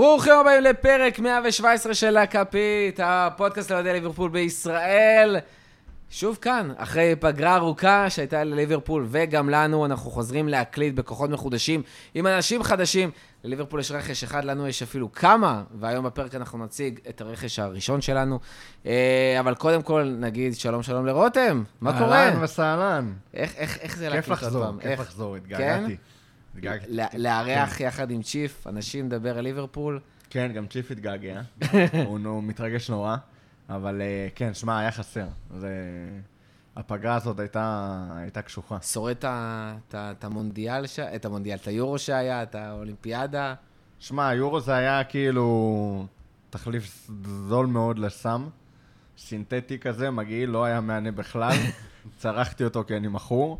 ברוכים הבאים לפרק 117 של הכפית, הפודקאסט לאוהדי ליברפול בישראל. שוב כאן, אחרי פגרה ארוכה שהייתה לליברפול וגם לנו, אנחנו חוזרים להקליט בכוחות מחודשים עם אנשים חדשים. לליברפול יש רכש אחד, לנו יש אפילו כמה, והיום בפרק אנחנו נציג את הרכש הראשון שלנו. אבל קודם כל נגיד שלום לרותם, מה קורה? אהלן וסהלן. איך זה להקליט עוד פעם? כיף לחזור, התגעגעתי. לארח יחד עם צ'יף, אנשים לדבר על ליברפול. כן, גם צ'יף התגעגע, הוא מתרגש נורא, אבל כן, שמע, היה חסר. הפגרה הזאת הייתה קשוחה. שורד את המונדיאל, את היורו שהיה, את האולימפיאדה. שמע, היורו זה היה כאילו תחליף זול מאוד לסם, סינתטי כזה, מגעיל, לא היה מענה בכלל, צרחתי אותו כי אני מכור.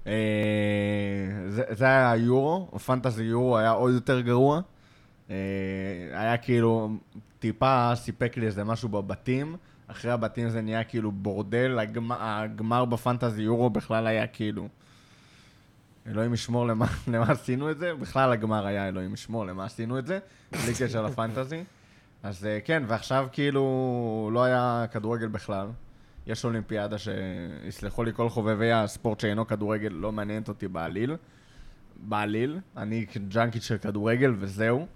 זה היה היורו, הפנטזי יורו היה עוד יותר גרוע. היה כאילו, טיפה סיפק לי איזה משהו בבתים, אחרי הבתים זה נהיה כאילו בורדל, הגמר בפנטזי יורו בכלל היה כאילו, אלוהים ישמור למה עשינו את זה, בכלל הגמר היה אלוהים ישמור למה עשינו את זה, בלי קשר לפנטזי. אז כן, ועכשיו כאילו לא היה כדורגל בכלל. יש אולימפיאדה שיסלחו לי כל חובבי הספורט שאינו כדורגל, לא מעניינת אותי בעליל. אני ג'אנקית של כדורגל וזהו.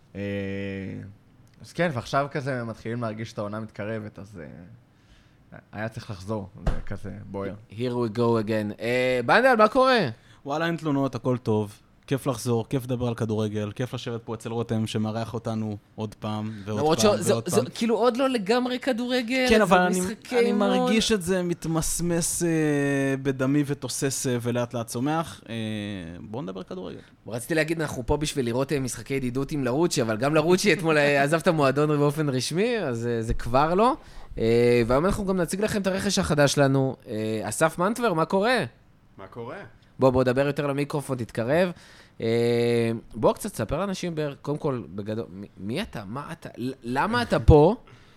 אז כן, ועכשיו כזה מתחילים להרגיש את העונה מתקרבת, אז היה צריך לחזור, זה כזה בוער. Here we go again. בנדל, מה קורה? וואלה, אין תלונות, הכל טוב. כיף לחזור, כיף לדבר על כדורגל, כיף לשבת פה אצל רותם שמארח אותנו עוד פעם ועוד פעם ועוד פעם. כאילו עוד לא לגמרי כדורגל, כן, אבל אני מרגיש את זה מתמסמס בדמי ותוסס ולאט לאט צומח. בואו נדבר כדורגל. רציתי להגיד, אנחנו פה בשביל לראות משחקי ידידות עם לרוצ'י, אבל גם לרוצ'י אתמול עזב את המועדון באופן רשמי, אז זה כבר לא. והיום אנחנו גם נציג לכם את הרכש החדש שלנו. אסף מנטבר, מה קורה? מה קורה? בוא, דבר יותר למיקרופון, תתקרב. בוא קצת ספר לאנשים, קודם כל, בגדול, מי אתה? מה אתה? למה אתה פה?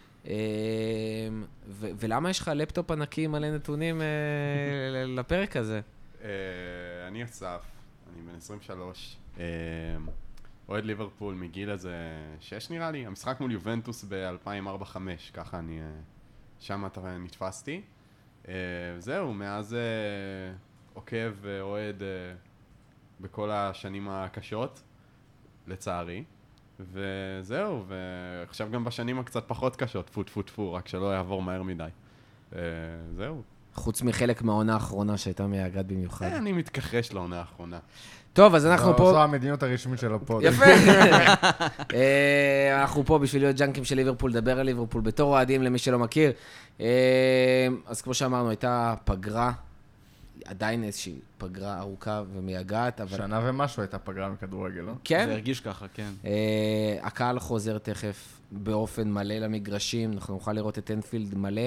ולמה יש לך לפטופ ענקי מלא נתונים לפרק הזה? אני אסף, אני בן 23, אוהד ליברפול מגיל איזה 6 נראה לי, המשחק מול יובנטוס ב-2004-2005, ככה אני, שם נתפסתי. זהו, מאז עוקב ואוהד בכל השנים הקשות, לצערי. וזהו, ועכשיו גם בשנים הקצת פחות קשות, טפו, רק שלא יעבור מהר מדי. זהו. חוץ מחלק מהעונה האחרונה שהייתה מייגעת במיוחד. אני מתכחש לעונה האחרונה. טוב, אז אנחנו פה... זו המדיניות הרשמית של הפוד. יפה. אנחנו פה בשביל להיות ג'אנקים של ליברפול, לדבר על ליברפול בתור אוהדים למי שלא מכיר. אז כמו שאמרנו, הייתה פגרה, עדיין איזושהי פגרה ארוכה ומייגעת, אבל... שנה ומשהו הייתה פגרה מכדורגל, לא? כן. זה הרגיש ככה, כן. הקהל חוזר תכף באופן מלא למגרשים, אנחנו נוכל לראות את אנפילד מלא.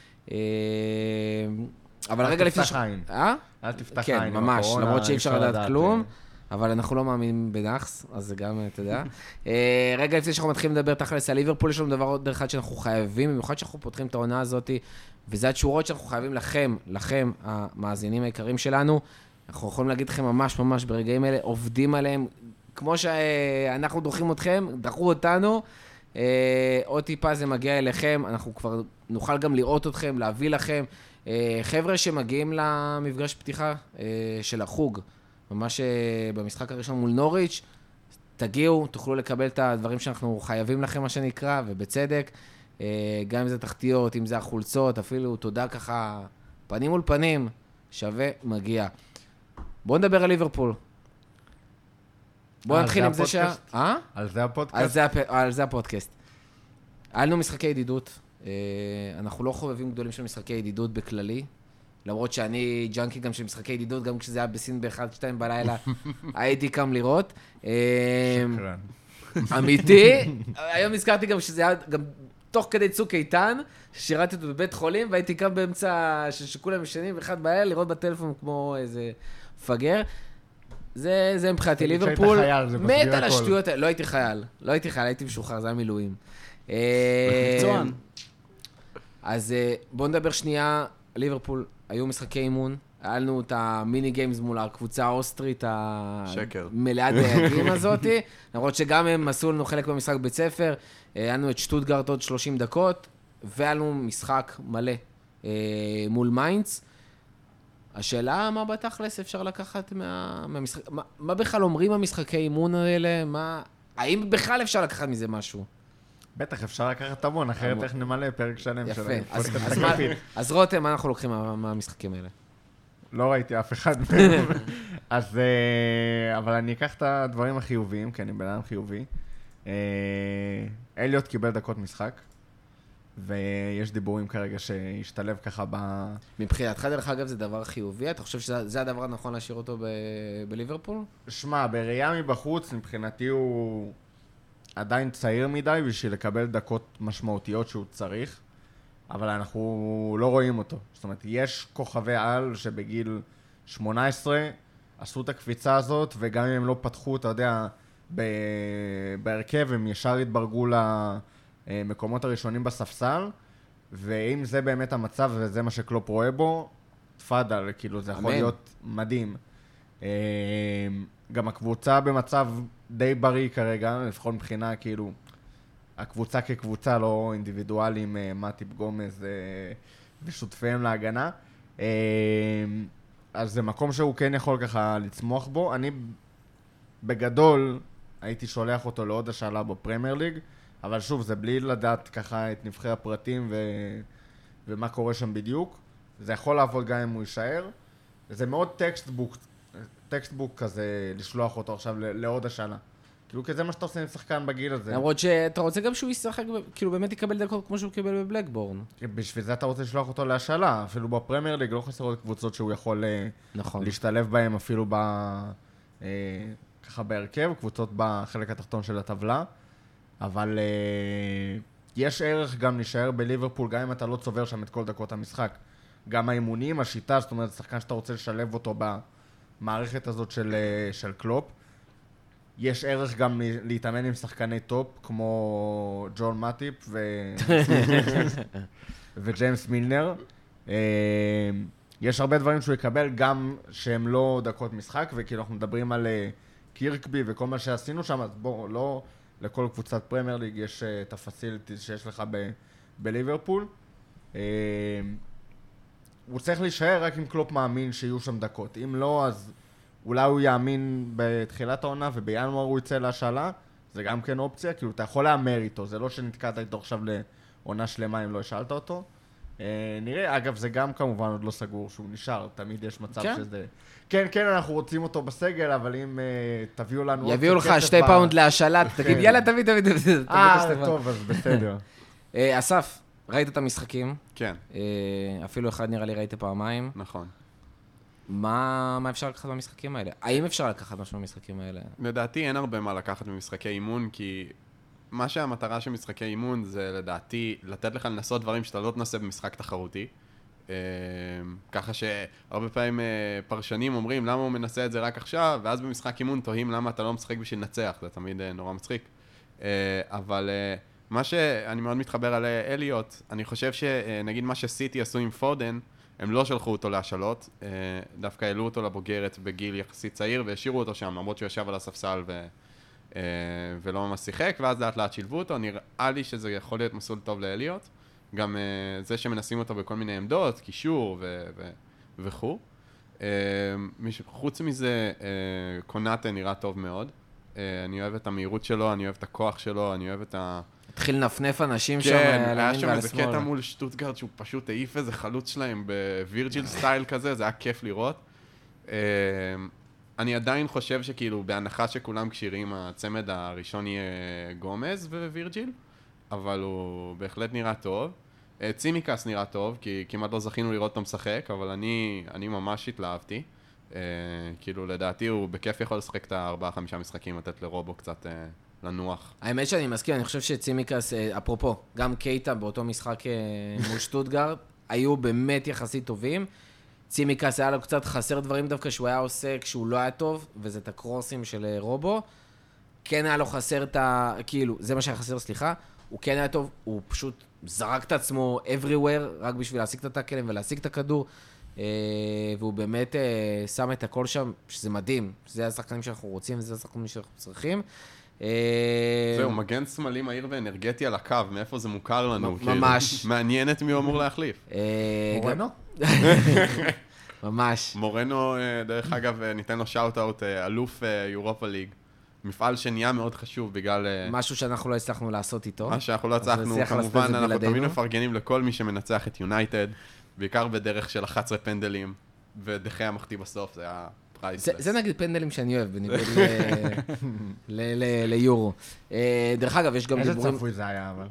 אבל רגע לפני... אל תפתח כן, עין. ממש, למרות שאי אפשר לדעת כלום, אבל אנחנו לא מאמינים בנחס, אז זה גם, אתה יודע. רגע לפני שאנחנו מתחילים לדבר תכלס על ליברפול, יש לנו דבר עוד אחד שאנחנו חייבים, במיוחד שאנחנו פותחים את העונה הזאת, וזה התשורות שאנחנו חייבים לכם, המאזינים העיקרים שלנו. אנחנו יכולים להגיד לכם ממש ברגעים האלה, עובדים עליהם, כמו שאנחנו דוחים אתכם, דחו אותנו, עוד טיפה זה מגיע אליכם, אנחנו כבר נוכל גם לראות אתכם, להביא לכם, חבר'ה שמגיעים למפגש פתיחה של החוג, ממש במשחק הראשון מול נוריץ', תגיעו, תוכלו לקבל את הדברים שאנחנו חייבים לכם, מה שנקרא, ובצדק, גם אם זה תחתיות, אם זה החולצות, אפילו תודה ככה, פנים מול פנים, שווה, מגיע. בואו נדבר על ליברפול. בואו נתחיל עם זה על זה הפודקאסט? על זה הפודקאסט. היה לנו משחקי ידידות, אנחנו לא חובבים גדולים של משחקי ידידות בכללי, למרות שאני ג'אנקי גם של משחקי ידידות, גם כשזה היה בסין ב-1-2 בלילה, הייתי קם לראות. שקרן. אמיתי. היום נזכרתי גם שזה היה גם תוך כדי צוק איתן, ששירתי אותו בבית חולים, והייתי קם באמצע שכולם ישנים, אחד בלילה לראות בטלפון כמו איזה פגר. זה מבחינתי ליברפול. מת על השטויות. לא הייתי חייל, הייתי משוחרר, זה היה מילואים. אז בואו נדבר שנייה, ליברפול, היו משחקי אימון, היה לנו את המיני גיימס מול הקבוצה האוסטרית, שקר. המלאה דייגים הזאת, למרות שגם הם עשו לנו חלק במשחק בית ספר, היה לנו את שטוטגרט עוד 30 דקות, והיה לנו משחק מלא מול מיינץ. השאלה, מה בתכלס אפשר לקחת מהמשחק, מה בכלל אומרים המשחקי אימון האלה, האם בכלל אפשר לקחת מזה משהו? בטח, אפשר לקחת המון, אחרת איך נמלא פרק שלם של... יפה, אז רותם, מה אנחנו לוקחים מהמשחקים האלה? לא ראיתי אף אחד מהם. אז, אבל אני אקח את הדברים החיוביים, כי אני בן אדם חיובי. אליוט קיבל דקות משחק, ויש דיבורים כרגע שישתלב ככה מבחינתך, דרך אגב, זה דבר חיובי? אתה חושב שזה הדבר הנכון להשאיר אותו בליברפול? שמע, בראייה מבחוץ, מבחינתי הוא עדיין צעיר מדי בשביל לקבל דקות משמעותיות שהוא צריך, אבל אנחנו לא רואים אותו. זאת אומרת, יש כוכבי על שבגיל 18 עשו את הקפיצה הזאת, וגם אם הם לא פתחו, אתה יודע, בהרכב, הם ישר התברגו למקומות הראשונים בספסל, ואם זה באמת המצב וזה מה שקלופ רואה בו, תפאדל, כאילו זה יכול להיות מדהים. גם הקבוצה במצב די בריא כרגע, לפחות מבחינה כאילו, הקבוצה כקבוצה, לא אינדיבידואלים, מאטיפ גומז ושותפיהם להגנה. אז זה מקום שהוא כן יכול ככה לצמוח בו. אני בגדול הייתי שולח אותו לעוד השאלה בפרמייר ליג, אבל שוב, זה בלי לדעת ככה את נבחרי הפרטים ומה קורה שם בדיוק. זה יכול לעבוד גם אם הוא יישאר. זה מאוד טקסטבוק כזה לשלוח אותו עכשיו לעוד השאלה. כאילו, כי זה מה שאתה עושה עם שחקן בגיל הזה. למרות שאתה רוצה גם שהוא ישחק, כאילו באמת יקבל דקות כמו שהוא קיבל בבלקבורן. בשביל זה אתה רוצה לשלוח אותו להשאלה. אפילו בפרמייר ליג לא חסר עוד קבוצות שהוא יכול להשתלב בהם, אפילו ככה בהרכב, קבוצות בחלק התחתון של הטבלה. אבל יש ערך גם להישאר בליברפול, גם אם אתה לא צובר שם את כל דקות המשחק. גם האימונים, השיטה, זאת אומרת, שחקן שאתה רוצה לשלב אותו במערכת הזאת של קלופ. יש ערך גם להתאמן עם שחקני טופ, כמו ג'ון מאטיפ וג'יימס מילנר. יש הרבה דברים שהוא יקבל, גם שהם לא דקות משחק, וכאילו אנחנו מדברים על קירקבי וכל מה שעשינו שם, אז בואו, לא לכל קבוצת פרמייר ליג יש את הפסיליטי שיש לך בליברפול. הוא צריך להישאר רק אם קלופ מאמין שיהיו שם דקות. אם לא, אז אולי הוא יאמין בתחילת העונה, ובינואר הוא יצא להשאלה. זה גם כן אופציה, כאילו אתה יכול לאמר איתו, זה לא שנתקעת איתו עכשיו לעונה שלמה אם לא השאלת אותו. נראה, אגב, זה גם כמובן עוד לא סגור שהוא נשאר, תמיד יש מצב שזה... כן, אנחנו רוצים אותו בסגל, אבל אם תביאו לנו... יביאו לך 2 פאונד להשאלה, תגיד, יאללה, תביא. טוב, אז בסדר. אסף, ראית את המשחקים? כן. אפילו אחד נראה לי ראית פעמיים. נכון. מה אפשר לקחת במשחקים האלה? האם אפשר לקחת משהו במשחקים האלה? לדעתי אין הרבה מה לקחת במשחקי אימון, כי מה שהמטרה של משחקי אימון זה לדעתי לתת לך לנסות דברים שאתה לא תנסה במשחק תחרותי. ככה שהרבה פעמים פרשנים אומרים למה הוא מנסה את זה רק עכשיו, ואז במשחק אימון תוהים למה אתה לא משחק בשביל לנצח, זה תמיד נורא מצחיק. אבל מה שאני מאוד מתחבר על אליוט, אני חושב שנגיד מה שסיטי עשו עם פודן, הם לא שלחו אותו להשאלות, דווקא העלו אותו לבוגרת בגיל יחסית צעיר והשאירו אותו שם, למרות שהוא ישב על הספסל ולא ממש שיחק, ואז לאט לאט שילבו אותו. נראה לי שזה יכול להיות מסלול טוב לאליוט, גם זה שמנסים אותו בכל מיני עמדות, קישור וכו'. חוץ מזה, קונאטה נראה טוב מאוד. אני אוהב את המהירות שלו, אני אוהב את הכוח שלו, אני אוהב את התחיל לנפנף אנשים שם, כן, היה שם איזה קטע מול שטוטגרד שהוא פשוט העיף איזה חלוץ שלהם בווירג'יל סטייל כזה, זה היה כיף לראות. אני עדיין חושב שכאילו בהנחה שכולם קשירים, הצמד הראשון יהיה גומז ווירג'יל, אבל הוא בהחלט נראה טוב. צימיקס נראה טוב, כי כמעט לא זכינו לראות אותו משחק, אבל אני ממש התלהבתי. כאילו לדעתי הוא בכיף יכול לשחק את 4-5 משחקים, לתת לרובו קצת לנוח. האמת שאני מסכים, אני חושב שצימיקס, אפרופו, גם קייטה באותו משחק מול שטוטגרד, היו באמת יחסית טובים. צימיקס היה לו קצת חסר דברים דווקא שהוא היה עושה כשהוא לא היה טוב, וזה את הקרוסים של רובו. כן היה לו חסר את ה... כאילו, זה מה שהיה חסר, סליחה. הוא כן היה טוב, הוא פשוט זרק את עצמו everywhere, רק בשביל להשיג את הטאקלים ולהשיג את הכדור. והוא באמת שם את הכל שם, שזה מדהים, שזה השחקנים שאנחנו רוצים, וזה השחקנים שאנחנו צריכים. זהו, מגן שמאלי מהיר ואנרגטי על הקו, מאיפה זה מוכר לנו? ממש. מעניין את מי הוא אמור להחליף. מורנו? ממש. מורנו, דרך אגב, ניתן לו שאוט-אוט, אלוף יורופה ליג. מפעל שנהיה מאוד חשוב בגלל... משהו שאנחנו לא הצלחנו לעשות איתו. מה שאנחנו לא הצלחנו, כמובן, אנחנו תמיד מפרגנים לכל מי שמנצח את יונייטד, בעיקר בדרך של 11 פנדלים, ודחי המחטיא בסוף, זה היה פרייסלס. זה נגיד פנדלים שאני אוהב, בניגוד ליורו. דרך אגב, יש גם דיבורים... איזה צפוי זה היה, אבל...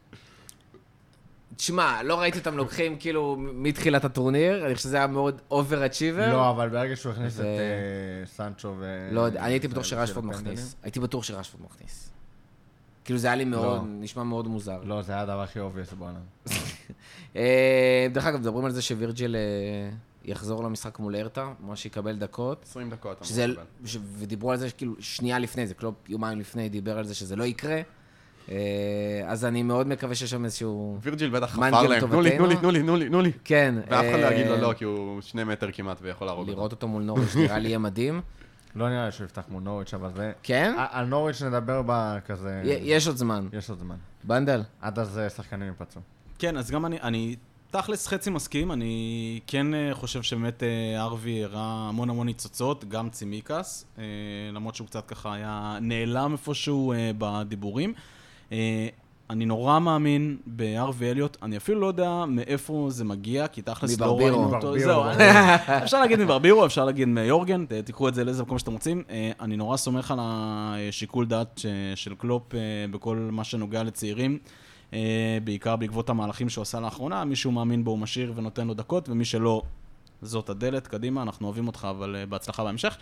תשמע, לא ראיתי אותם לוקחים כאילו מתחילת הטורניר, אני חושב שזה היה מאוד אובר-אצ'יבר. לא, אבל ברגע שהוא הכניס את סנצ'ו ו... לא יודע, אני הייתי בטוח שרשפורד מכניס. הייתי בטוח שרשפורד מכניס. כאילו זה היה לי מאוד, נשמע מאוד מוזר. לא, זה היה הדבר הכי אובייס בעולם. דרך אגב, מדברים על זה שווירג'יל יחזור למשחק מול ארטה, ממש שיקבל דקות. 20 דקות. ודיברו על זה כאילו שנייה לפני, זה קלופ יומיים לפני דיבר על זה שזה לא יקרה. אז אני מאוד מקווה שיש שם איזשהו... וירג'יל בטח חפר להם, תנו לי. כן. ואף אחד לא יגיד לו לא, כי הוא 2 מטר כמעט ויכול להרוג אותו. לראות אותו מול נוריץ' נראה לי יהיה מדהים. לא נראה לי שהוא יפתח מול נוריץ', אבל זה... כן? על נוריץ' נדבר בכזה... יש עוד זמן. יש עוד זמן. בנדל. עד אז שחקנים יפצעו. כן, אז גם אני תכלס חצי מסכים, אני כן חושב שבאמת ארווי הראה המון ניצוצות, גם צימיקס, למרות שהוא קצת ככה היה נעלם איפשהו בדיבורים. אני נורא מאמין בארווי אליוט, אני אפילו לא יודע מאיפה זה מגיע, כי תכלס לא ראינו אותו. זהו, אפשר להגיד מברבירו, אפשר להגיד מיורגן, תיקחו את זה לאיזה מקום שאתם רוצים. אני נורא סומך על השיקול דעת של קלופ בכל מה שנוגע לצעירים, בעיקר בעקבות המהלכים שהוא עשה לאחרונה, מי שהוא מאמין בו הוא משאיר ונותן לו דקות, ומי שלא, זאת הדלת, קדימה, אנחנו אוהבים אותך, אבל בהצלחה בהמשך.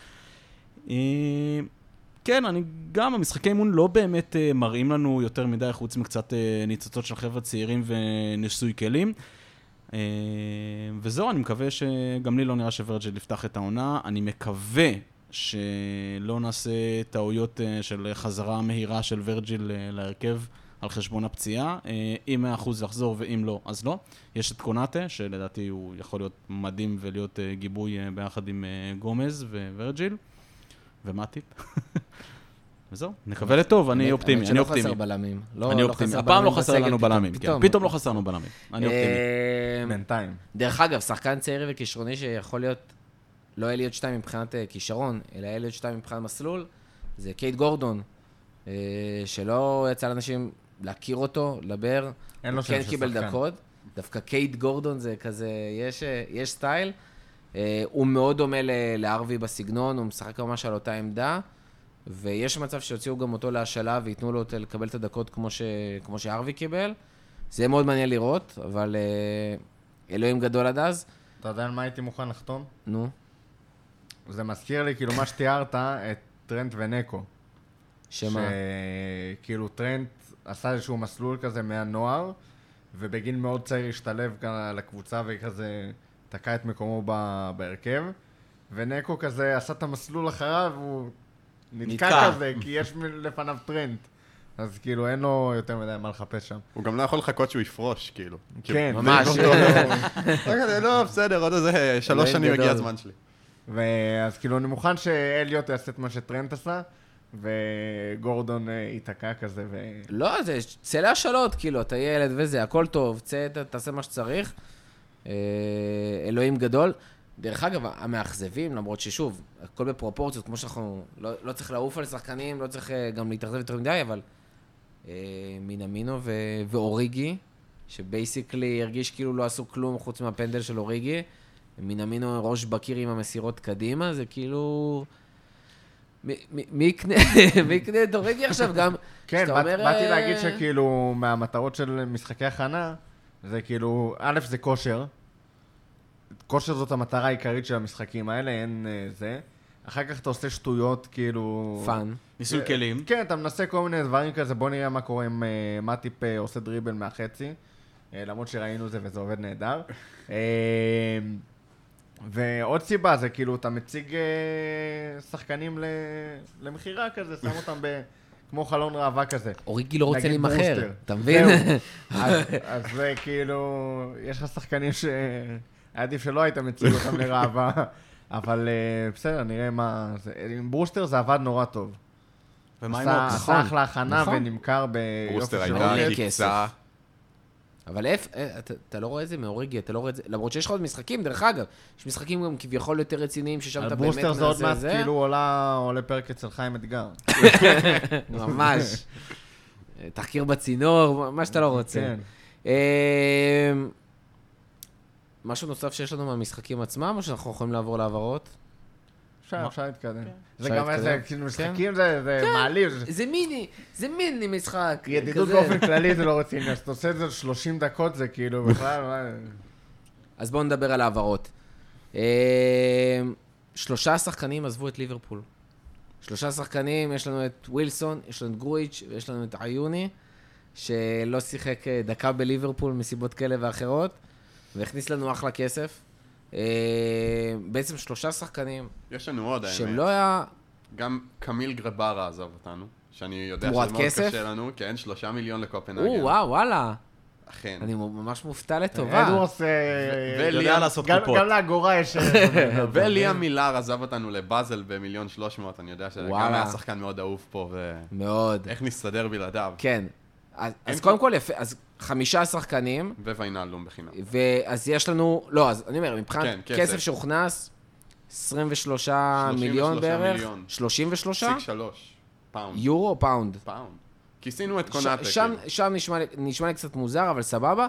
כן, גם המשחקי אימון לא באמת מראים לנו יותר מדי, חוץ מקצת ניצוצות של חבר'ה צעירים וניסוי כלים. וזהו, אני מקווה שגם לי לא נראה שווירג'יל יפתח את העונה. אני מקווה שלא נעשה טעויות של חזרה מהירה של וירג'יל להרכב על חשבון הפציעה. אם 100% לחזור ואם לא, אז לא. יש את קונאטה, שלדעתי הוא יכול להיות מדהים ולהיות גיבוי ביחד עם גומז ווירג'יל. ומטיפ. וזהו, נקווה לטוב, אני אופטימי. אני אופטימי. לא חסר בלמים. אני אופטימי. הפעם לא חסר לנו בלמים. פתאום לא חסרנו בלמים. אני אופטימי. בינתיים. דרך אגב, שחקן צעיר וכישרוני שיכול להיות, לא אליוט 2 מבחינת כישרון, אלא אליוט 2 מבחינת מסלול, זה קייט גורדון, שלא יצא לאנשים להכיר אותו, לדבר, הוא כן קיבל דקות. דווקא קייט גורדון זה כזה, יש סטייל. הוא מאוד דומה לארווי בסגנון, הוא משחק ממש על אותה עמדה, ויש מצב שיוציאו גם אותו להשאלה ויתנו לו לקבל את הדקות כמו שארווי קיבל. זה יהיה מאוד מעניין לראות, אבל אלוהים גדול עד אז. אתה יודע על מה הייתי מוכן לחתום? נו. זה מזכיר לי, כאילו, מה שתיארת, את טרנט ונקו. שמה? שכאילו טרנט עשה איזשהו מסלול כזה מהנוער, ובגיל מאוד צעיר השתלב כאן לקבוצה וכזה... תקע את מקומו בהרכב, ונקו כזה עשה את המסלול אחריו, והוא נתקע כזה, כי יש לפניו טרנד. אז כאילו אין לו יותר מדי מה לחפש שם. הוא גם לא יכול לחכות שהוא יפרוש, כאילו. כן, ממש. לא, בסדר, עוד איזה 3 שנים הגיע הזמן שלי. אז כאילו אני מוכן שאליוט יעשה את מה שטרנד עשה, וגורדון ייתקע כזה לא, זה צא להשאלות, כאילו, אתה ילד וזה, הכל טוב, צא, תעשה מה שצריך. אלוהים גדול. דרך אגב, המאכזבים, למרות ששוב, הכל בפרופורציות, כמו שאנחנו, לא צריך לעוף על שחקנים, לא צריך גם להתאכזב יותר מדי, אבל מינאמינו ואוריגי, שבייסיקלי הרגיש כאילו לא עשו כלום חוץ מהפנדל של אוריגי, מינאמינו ראש בקיר עם המסירות קדימה, זה כאילו... מי יקנה את אוריגי עכשיו גם? כן, באתי להגיד שכאילו מהמטרות של משחקי הכנה, זה כאילו, א' זה כושר. כושר זאת המטרה העיקרית של המשחקים האלה, אין זה. אחר כך אתה עושה שטויות, כאילו... פאן. ניסוי כלים. כן, אתה מנסה כל מיני דברים כזה, בוא נראה מה קורה אם מטיפ עושה דריבל מהחצי. למרות שראינו זה וזה עובד נהדר. ועוד סיבה, זה כאילו, אתה מציג שחקנים למחירה כזה, שם אותם כמו חלון ראווה כזה. אוריגי לא רוצה להימחר, אתה מבין? אז זה כאילו, יש לך שחקנים היה עדיף שלא היית מציג אותם לראווה, אבל בסדר, נראה מה... עם ברוסטר זה עבד נורא טוב. ומה עם אופס? עשה אחלה הכנה ונמכר ביופי ברוסטר של הייתה אופס. קיצה. אבל אתה לא רואה את זה מאוריגי, אתה לא רואה את זה, למרות שיש לך עוד משחקים, דרך אגב, יש משחקים גם כביכול יותר רציניים, ששם אתה באמת ברוסטר זה עוד מעט זה. כאילו עולה פרק אצל חיים אתגר. ממש. תחקיר בצינור, מה שאתה לא רוצה. כן. משהו נוסף שיש לנו מהמשחקים עצמם, או שאנחנו יכולים לעבור להעברות? אפשר להתקדם. זה אפשר גם איזה, להתקדם? כאילו, כן. משחקים זה מעליב. זה מיני משחק. ידידות כזה. באופן כללי זה לא רציני, אז אתה עושה את זה 30 דקות, זה כאילו בכלל... אז בואו נדבר על העברות. 3 שחקנים עזבו את ליברפול. 3 שחקנים, יש לנו את ווילסון, יש לנו את גרויץ' ויש לנו את עיוני, שלא שיחק דקה בליברפול מסיבות כאלה ואחרות, והכניס לנו אחלה כסף. בעצם 3 שחקנים. יש לנו עוד, האמת. שהם לא היה... גם קמיל גרברה עזב אותנו, שאני יודע תמורת שזה מאוד כסף? קשה לנו, כן, 3 מיליון לקופנהגן. וואו, וואלה. אכן. אני ממש מופתע לטובה. אדוורס... יודע לעשות גם- קופות. גם לאגורה יש... וליאם מילר עזב אותנו לבאזל ב1,300,000, אני יודע שגם וואלה. היה שחקן מאוד אהוב פה, מאוד. ואיך נסתדר בלעדיו. כן. אז קודם כל יפה, אז 5 שחקנים, וויינלדום בחינם. ואז יש לנו, לא, אז אני אומר, מבחינת כן, כסף. כסף שהוכנס, 23 מיליון בערך, 33 6.3 פאונד. יורו או פאונד? פאונד. כיסינו את קונאטה. שם נשמע לי קצת מוזר, אבל סבבה.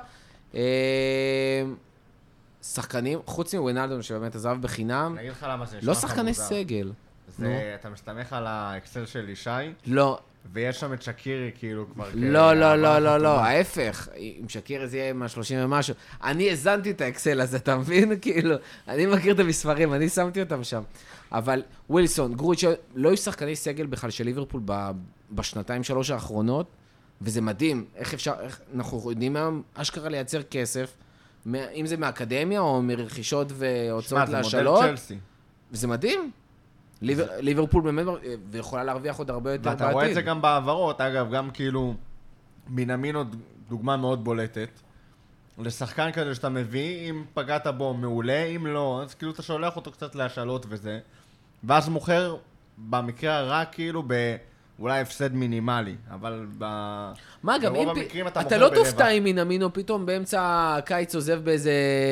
שחקנים, חוץ מווינלדום שבאמת עזב בחינם, אני אגיד לך למה זה נשמע לא לך שחקני מוזר. סגל. אתה מסתמך על האקסל של ישי, לא, ויש שם את שקירי כאילו כבר... לא, ההפך, עם שקירי זה יהיה עם 30 ומשהו. אני הזנתי את האקסל הזה, אתה מבין? כאילו, אני מכיר את המספרים, אני שמתי אותם שם. אבל ווילסון, גרויץ', לא יש שחקני סגל בכלל של ליברפול בשנתיים 3 האחרונות, וזה מדהים, איך אפשר, אנחנו יודעים היום אשכרה לייצר כסף, אם זה מאקדמיה או מרכישות והוצאות להשאלות. שמע, זה מודל צ'לסי. וזה מדהים. ליברפול באמת, ויכולה להרוויח עוד הרבה יותר בעתיד. ואתה רואה את זה גם בעברות, אגב, גם כאילו, מינמינו דוגמה מאוד בולטת, לשחקן כזה שאתה מביא, אם פגעת בו מעולה, אם לא, אז כאילו אתה שולח אותו קצת להשאלות וזה, ואז מוכר במקרה הרע כאילו אולי הפסד מינימלי, אבל מה גם, ברוב המקרים אתה אתה מוכר לא ברבע. תופתע אם מינמינו פתאום באמצע הקיץ עוזב באיזה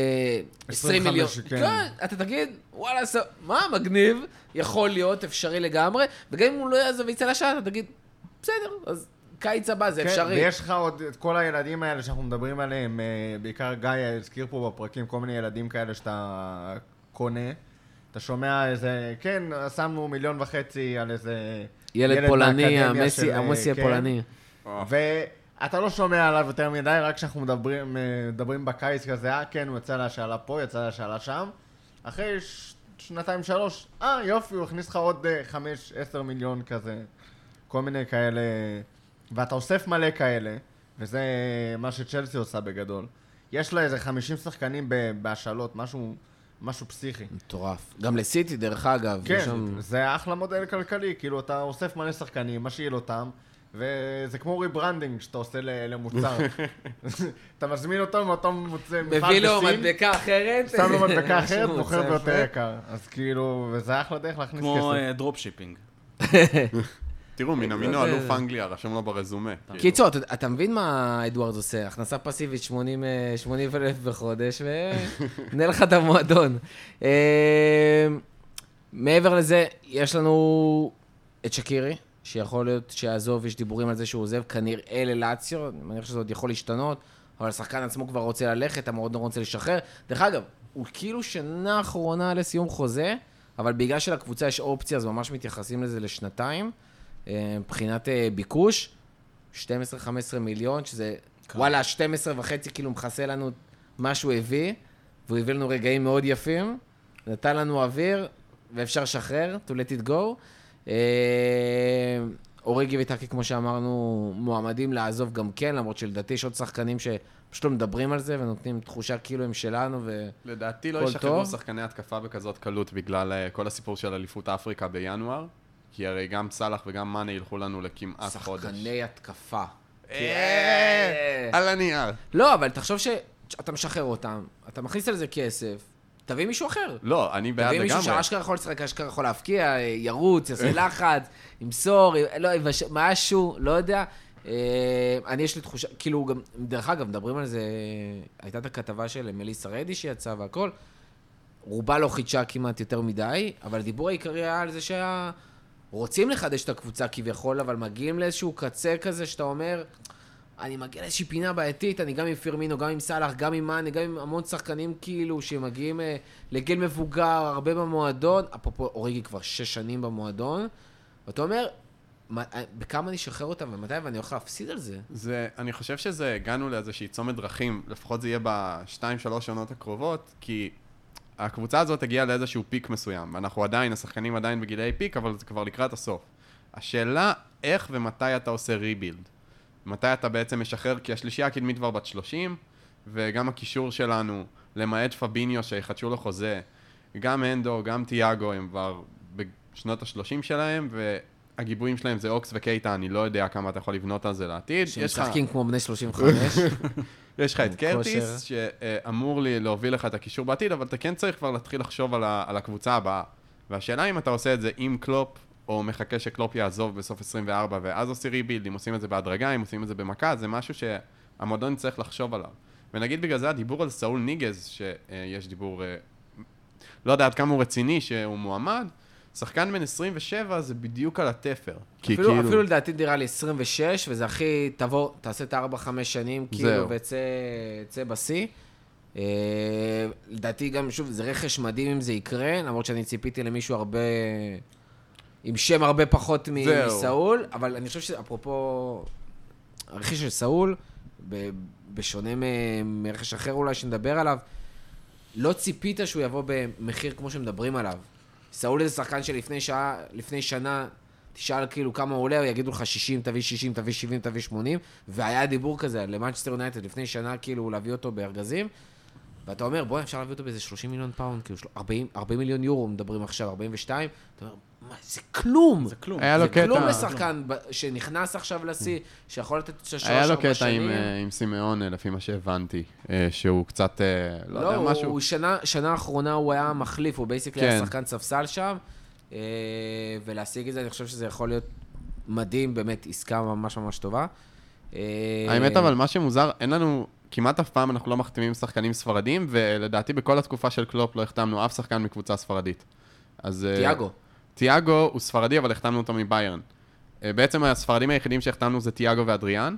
20 מיליון. 25, כן. כן, אתה תגיד, וואלה, מה, מגניב, יכול להיות, אפשרי לגמרי, וגם אם הוא לא יעזוב ויצא לשעה, אתה תגיד, בסדר, אז קיץ הבא זה כן, אפשרי. ויש לך עוד את כל הילדים האלה שאנחנו מדברים עליהם, בעיקר גיא הזכיר פה בפרקים, כל מיני ילדים כאלה שאתה קונה, אתה שומע איזה, כן, שמנו 1.5 מיליון על איזה... ילד פולני, מהאקדמיה של- המסי כן. הפולני. ואתה לא שומע עליו יותר מדי, רק כשאנחנו מדברים בקיץ כזה, כן, הוא יצא להשאלה פה, יצא להשאלה שם. אחרי 2-3, יופי, הוא הכניס לך עוד 5-10 מיליון כזה. כל מיני כאלה, ואתה אוסף מלא כאלה, וזה מה שצ'לסי עושה בגדול. יש לה איזה 50 שחקנים בהשאלות, משהו פסיכי. מטורף. גם לסיטי, דרך אגב. יש כן, שם- זה אחלה מודל כלכלי, כאילו אתה אוסף מלא שחקנים, משאיל אותם, וזה כמו ריברנדינג שאתה עושה למוצר. אתה מזמין אותו מאותו מוצר, מביא לו מדבקה אחרת. שם לו מדבקה אחרת, משהו מוכר מוצא ביותר יפה. יקר. אז כאילו, וזה אחלה דרך להכניס כמו כסף. דרופ שיפינג. תראו, מינמינו אלוף אנגליה, רשום לו ברזומה. כאילו. קיצור, אתה מבין מה אדוארד עושה? הכנסה פסיבית 80,000 בחודש, ונהיה לך את המועדון. מעבר לזה, יש לנו את שקירי, שיכול להיות שיעזוב, יש דיבורים על זה שהוא עוזב, כנראה ללאציו, אני מניח שזה עוד יכול להשתנות, אבל השחקן עצמו כבר רוצה ללכת, המועדון רוצה לשחרר. דרך אגב, הוא כאילו שנה אחרונה לסיום חוזה, אבל בגלל שלקבוצה יש אופציה, אז ממש מתייחסים לזה לשנתיים. מבחינת ביקוש, 12-15 מיליון, שזה, וואלה, 12.5 כאילו מכסה לנו מה שהוא הביא, והוא הביא לנו רגעים מאוד יפים, נתן לנו אוויר, ואפשר לשחרר, to let it go. אוריגי וטאקי, כמו שאמרנו, מועמדים לעזוב גם כן, למרות שלדעתי יש עוד שחקנים שפשוט לא מדברים על זה, ונותנים תחושה כאילו הם שלנו, לדעתי לא כל ישחררו טוב. שחקני התקפה בכזאת קלות, בגלל כל הסיפור של אליפות אפריקה בינואר, כי הרי גם סלאח וגם מאנה ילכו לנו לכמעט חודש. שחקני התקפה. על הנייר. לא, אבל תחשוב אתה משחרר אותם, אתה מכניס על זה כסף, תביא מישהו אחר. לא, אני בעד לגמרי. תביא מישהו שאשכרה יכול לשחק, אשכרה יכול להפקיע, ירוץ, יעשה לחץ, ימסור, לא, משהו, לא יודע. אני יש לי תחושה, כאילו, גם, דרך אגב, מדברים על זה, הייתה את הכתבה של מליסה רדי שיצאה והכל, רובה לא חידשה כמעט יותר מדי, אבל הדיבור העיקרי היה על זה רוצים לחדש את הקבוצה כביכול, אבל מגיעים לאיזשהו קצה כזה שאתה אומר, אני מגיע לאיזושהי פינה בעייתית, אני גם עם פירמינו, גם עם סלאח, גם עם מאני, גם עם המון שחקנים כאילו שמגיעים לגיל מבוגר, הרבה במועדון, אפרופו אוריגי כבר 6 שנים במועדון, ואתה אומר, בכמה אני אשחרר אותם ומתי ואני הולך להפסיד על זה? אני חושב שזה, הגענו לאיזושהי צומת דרכים, לפחות זה יהיה ב2-3 שנות הקרובות, כי הקבוצה הזאת הגיעה לאיזשהו פיק מסוים, ואנחנו עדיין, השחקנים עדיין בגילי פיק, אבל זה כבר לקראת הסוף. השאלה איך ומתי אתה עושה ריבילד. מתי אתה בעצם משחרר, כי השלישייה הקדמית כבר בת 30, וגם הקישור שלנו, למעט פביניו שיחדשו לו חוזה, גם אנדו, גם תיאגו, הם כבר בשנות ה-30 שלהם, והגיבויים שלהם זה אוקס וקייטה, אני לא יודע כמה אתה יכול לבנות על זה לעתיד. שמשחקים כמו בני 35. יש לך את קרטיס, שאמור להוביל לך את הקישור בעתיד, אבל אתה כן צריך כבר להתחיל לחשוב על הקבוצה הבאה. והשאלה אם אתה עושה את זה עם קלופ, או מחכה שקלופ יעזוב בסוף 24, ואז עושים ריבילד, אם עושים את זה בהדרגה, אם עושים את זה במכה, זה משהו שהמועדון צריך לחשוב עליו. ונגיד בגלל זה הדיבור על סאול ניגז, שיש דיבור, לא יודע עד כמה הוא רציני שהוא מועמד, שחקן בן 27 זה בדיוק על התפר. אפילו לדעתי דירה לי 26, וזה הכי, תבוא, תעשה את 4-5 שנים, כאילו, וצא בסי. לדעתי גם, שוב, זה רכש מדהים אם זה יקרה, למרות שאני ציפיתי למישהו הרבה... עם שם הרבה פחות מסאול, אבל אני חושב שאפרופו הרכש של סאול, בשונה מרכש אחר אולי שנדבר עליו, לא ציפית שהוא יבוא במחיר כמו שמדברים עליו. סאול זה שחקן שלפני שנה, תשאל כאילו כמה הוא עולה, הוא יגידו לך 60, תביא 60, תביא 70, תביא 80, והיה דיבור כזה למנצ'סטר יונייטד לפני שנה כאילו להביא אותו בארגזים, ואתה אומר, בוא, אפשר להביא אותו באיזה 30 מיליון פאונד, כאילו 40 מיליון יורו מדברים עכשיו, 42, אתה אומר, מה, זה כלום. זה כלום. היה לו קטע... זה כלום לשחקן שנכנס עכשיו לשיא, שיכול לתת 3-4 שנים. היה לו קטע עם סימאון, לפי מה שהבנתי, שהוא קצת, לא יודע, משהו... לא, שנה האחרונה הוא היה מחליף, הוא בייסיקלי היה שחקן ספסל שם, ולהשיג את זה, אני חושב שזה יכול להיות מדהים, באמת עסקה ממש ממש טובה. האמת אבל, מה שמוזר, אין לנו... כמעט אף פעם אנחנו לא מחתימים שחקנים ספרדים, ולדעתי בכל התקופה של קלופ לא החתמנו אף שחקן מקבוצה ספרדית. אז... תיאגו הוא ספרדי, אבל החתמנו אותו מביירן. בעצם הספרדים היחידים שהחתמנו זה תיאגו ואדריאן.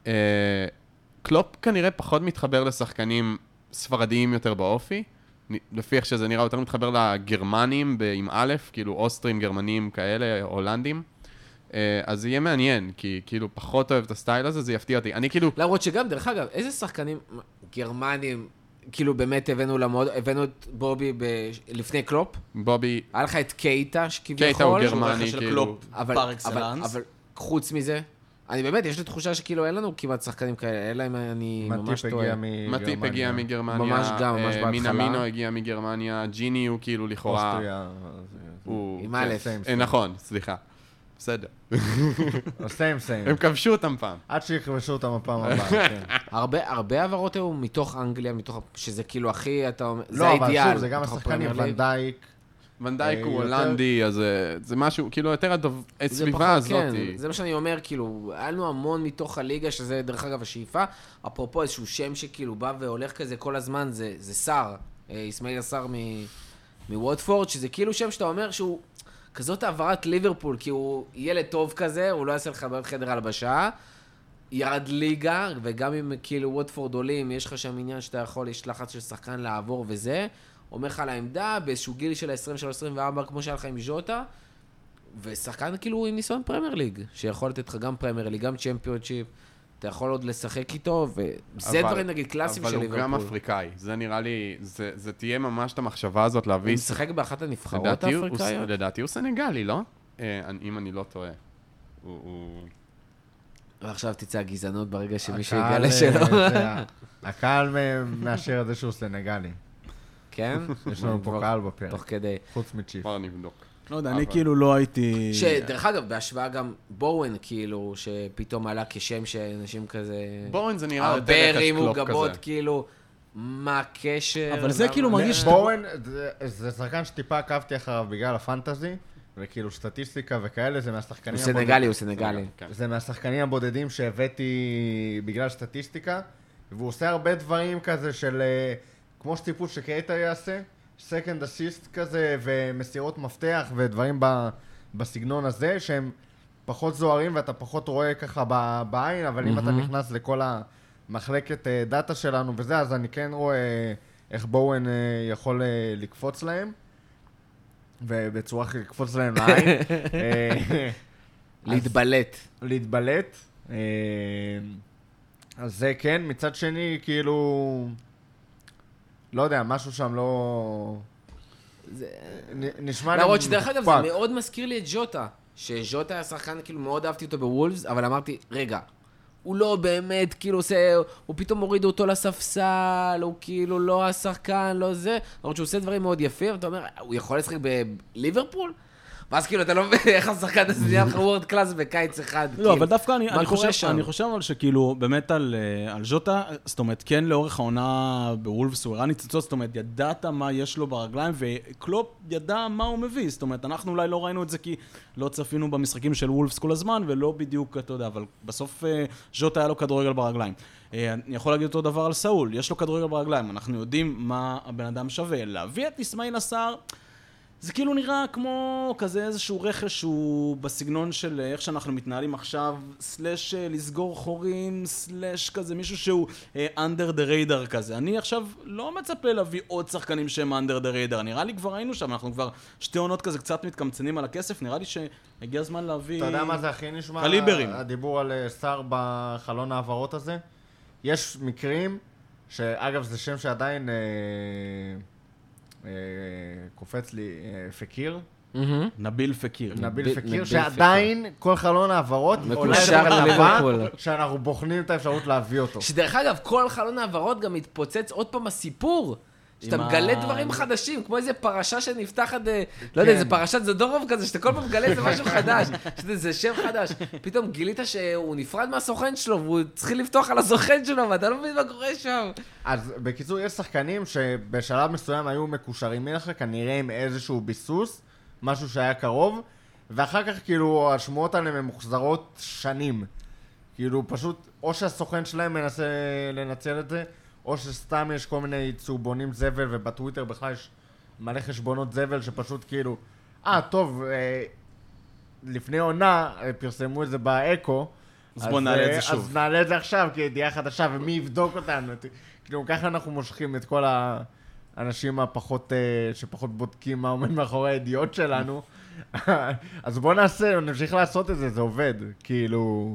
קלופ כנראה פחות מתחבר לשחקנים ספרדיים יותר באופי, לפי איך שזה נראה יותר מתחבר לגרמנים עם א', כאילו אוסטרים, גרמנים כאלה, הולנדים. אז זה יהיה מעניין, כי כאילו פחות אוהב את הסטייל הזה, זה יפתיע אותי. אני כאילו... למרות שגם, דרך אגב, איזה שחקנים גרמנים, כאילו באמת הבאנו את בובי לפני קלופ? בובי... היה לך את קייטה, שכביכול... קייטה הוא גרמני, כאילו... פר אקסלנס. אבל חוץ מזה, אני באמת, יש לי תחושה שכאילו אין לנו כמעט שחקנים כאלה, אלא אם אני ממש טועה. מטיפ הגיע מגרמניה. ממש גם, ממש בהתחלה. מינמינו הגיע מגרמניה, ג'יני הוא כאילו לכאורה... אוסטריה. עם א'. נכון, סליחה. בסדר. סיים. הם כבשו אותם פעם. עד שיכבשו אותם הפעם הבאה, כן. הרבה העברות היו מתוך אנגליה, שזה כאילו הכי, זה האידיאל. האידיאל. לא, אבל שוב, זה גם השחקנים, ונדייק. ונדייק הוא הולנדי, אז זה משהו, כאילו, יותר הסביבה הזאת. זה מה שאני אומר, כאילו, היה לנו המון מתוך הליגה, שזה דרך אגב השאיפה. אפרופו איזשהו שם שכאילו בא והולך כזה כל הזמן, זה שר, איסמעיל שר מווטפורד, שזה כאילו שם שאתה אומר שהוא כזאת העברת ליברפול, כי הוא ילד טוב כזה, הוא לא יעשה לך בעיות חדר הלבשה, ירד ליגה, וגם אם כאילו ווטפורד עולים, יש לך שם עניין שאתה יכול, יש לחץ של שחקן לעבור וזה, אומר לך על העמדה, באיזשהו גיל של ה-23-24, כמו שהיה לך עם ז'וטה, ושחקן כאילו עם ניסיון פרמייר ליג, שיכול לתת לך גם פרמייר ליג, גם צ'מפיונשיפ, אתה יכול עוד לשחק איתו, וזה דברים נגיד קלאסיים של ליברפול. אבל הוא גם אפריקאי, זה נראה לי, זה תהיה ממש את המחשבה הזאת להביא... הוא משחק באחת הנבחרות האפריקאיות? לדעתי הוא סנגלי, לא? אם אני לא טועה. ועכשיו תצא הגזענות ברגע שמישהו יגע לשלו. הקהל מאשר את זה שהוא סנגלי. כן? יש לנו פה קהל בפרק. תוך כדי. חוץ מצ'יפ. כבר נבדוק. לא יודע, אני כאילו לא הייתי... שדרך אגב, בהשוואה גם בורן, כאילו, שפתאום עלה כשם שאנשים כזה... בורן זה נראה הרבה הרימו גבות, כאילו, מה הקשר? אבל זה כאילו מרגיש... בואן, זה שחקן שטיפה עקבתי אחריו בגלל הפנטזי, וכאילו סטטיסטיקה וכאלה, זה מהשחקנים הוא סנגלי, הוא סנגלי. זה מהשחקנים הבודדים שהבאתי בגלל סטטיסטיקה, והוא עושה הרבה דברים כזה של, כמו שציפו שקייטה יעשה, סקנד אסיסט כזה, ומסירות מפתח ודברים בסגנון הזה, שהם פחות זוהרים ואתה פחות רואה ככה בעין, אבל אם אתה נכנס לכל המחלקת דאטה שלנו וזה, אז אני כן רואה איך בואן יכול לקפוץ להם, ובצורה לקפוץ להם לעין. להתבלט. אז זה כן, מצד שני, כאילו, לא יודע, משהו שם לא... נשמע לי... למרות שדרך אגב, זה מאוד מזכיר לי את ז'וטה, שז'וטה היה שחקן, כאילו, מאוד אהבתי אותו בוולפס, אבל אמרתי, רגע, הוא לא באמת, כאילו, עושה, הוא פתאום הוריד אותו לספסל, הוא כאילו לא השחקן, לא זה, למרות שהוא עושה דברים מאוד יפים, ואתה אומר, הוא יכול לשחק בליברפול? ואז כאילו, אתה לא מבין איך השחקן הזה נהיה לך וורד קלאס בקיץ אחד. לא, אבל דווקא אני חושב אבל שכאילו, באמת על ז'וטה, זאת אומרת, כן, לאורך העונה בוולפס הוא הראה ניצוצות, זאת אומרת, ידעת מה יש לו ברגליים, וקלופ ידע מה הוא מביא, זאת אומרת, אנחנו אולי לא ראינו את זה כי לא צפינו במשחקים של וולפס כל הזמן, ולא בדיוק, אתה יודע, אבל בסוף ז'וטה היה לו כדורגל ברגליים. אני יכול להגיד אותו דבר על סאול, יש לו כדורגל ברגליים, אנחנו יודעים מה הבן אדם שווה. להביא את אסמאעיל עסאר, זה כאילו נראה כמו כזה איזשהו רכש שהוא בסגנון של איך שאנחנו מתנהלים עכשיו, סלש לסגור חורים, סלש כזה מישהו שהוא under the radar כזה. אני עכשיו לא מצפה להביא עוד שחקנים שהם under the radar, נראה לי כבר היינו שם, אנחנו כבר שתי עונות כזה קצת מתקמצנים על הכסף, נראה לי שהגיע הזמן להביא... אתה יודע מה זה הכי נשמע? קליברים. הדיבור על שר בחלון העברות הזה? יש מקרים, שאגב זה שם שעדיין... קופץ לי פקיר. נביל פקיר. נביל פקיר, שעדיין כל חלון העברות מקושר לליברפול, שאנחנו בוחנים את האפשרות להביא אותו. שדרך אגב, כל חלון העברות גם מתפוצץ עוד פעם הסיפור. שאתה מגלה דברים חדשים, כמו איזה פרשה שנפתחת, לא יודע, איזה פרשת זדורוב כזה, שאתה כל פעם מגלה איזה משהו חדש, שזה שם חדש. פתאום גילית שהוא נפרד מהסוכן שלו, והוא צריך לפתוח על הסוכן שלו, ואתה לא מבין מה קורה שם. אז בקיצור, יש שחקנים שבשלב מסוים היו מקושרים מלך, כנראה עם איזשהו ביסוס, משהו שהיה קרוב, ואחר כך כאילו השמועות עליהם הן מוחזרות שנים. כאילו פשוט, או שהסוכן שלהם מנסה לנצל את זה, או שסתם יש כל מיני צהובונים זבל, ובטוויטר בכלל יש מלא חשבונות זבל שפשוט כאילו, טוב, לפני עונה פרסמו את זה באקו, אז בוא נעלה את זה שוב. אז נעלה את זה עכשיו כידיעה חדשה, ומי יבדוק אותנו? כאילו ככה אנחנו מושכים את כל האנשים הפחות, שפחות בודקים מה עומד מאחורי הידיעות שלנו, אז בוא נמשיך לעשות את זה, זה עובד, כאילו,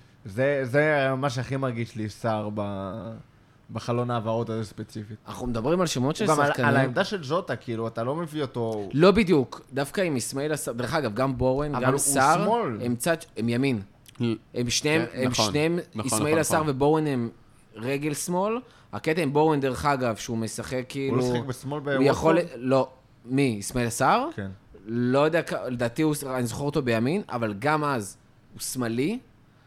זה מה שהכי מרגיש לי שר בחלון העברות הזה ספציפית. אנחנו מדברים על שמות של שחקנים. גם על העמדה של ז'וטה, כאילו, אתה לא מביא אותו... לא בדיוק. דווקא עם אסמאעיל עסאר, דרך אגב, גם בורן, גם סער, הם ימין. הם שניהם, אסמאעיל עסאר ובורן הם רגל שמאל. הקטע עם בורן, דרך אגב, שהוא משחק כאילו... הוא לא שחק בשמאל בוואטפורד? לא. מי? אסמאעיל עסאר? כן. לא יודע, לדעתי, אני זוכר אותו בימין, אבל גם אז הוא שמאלי.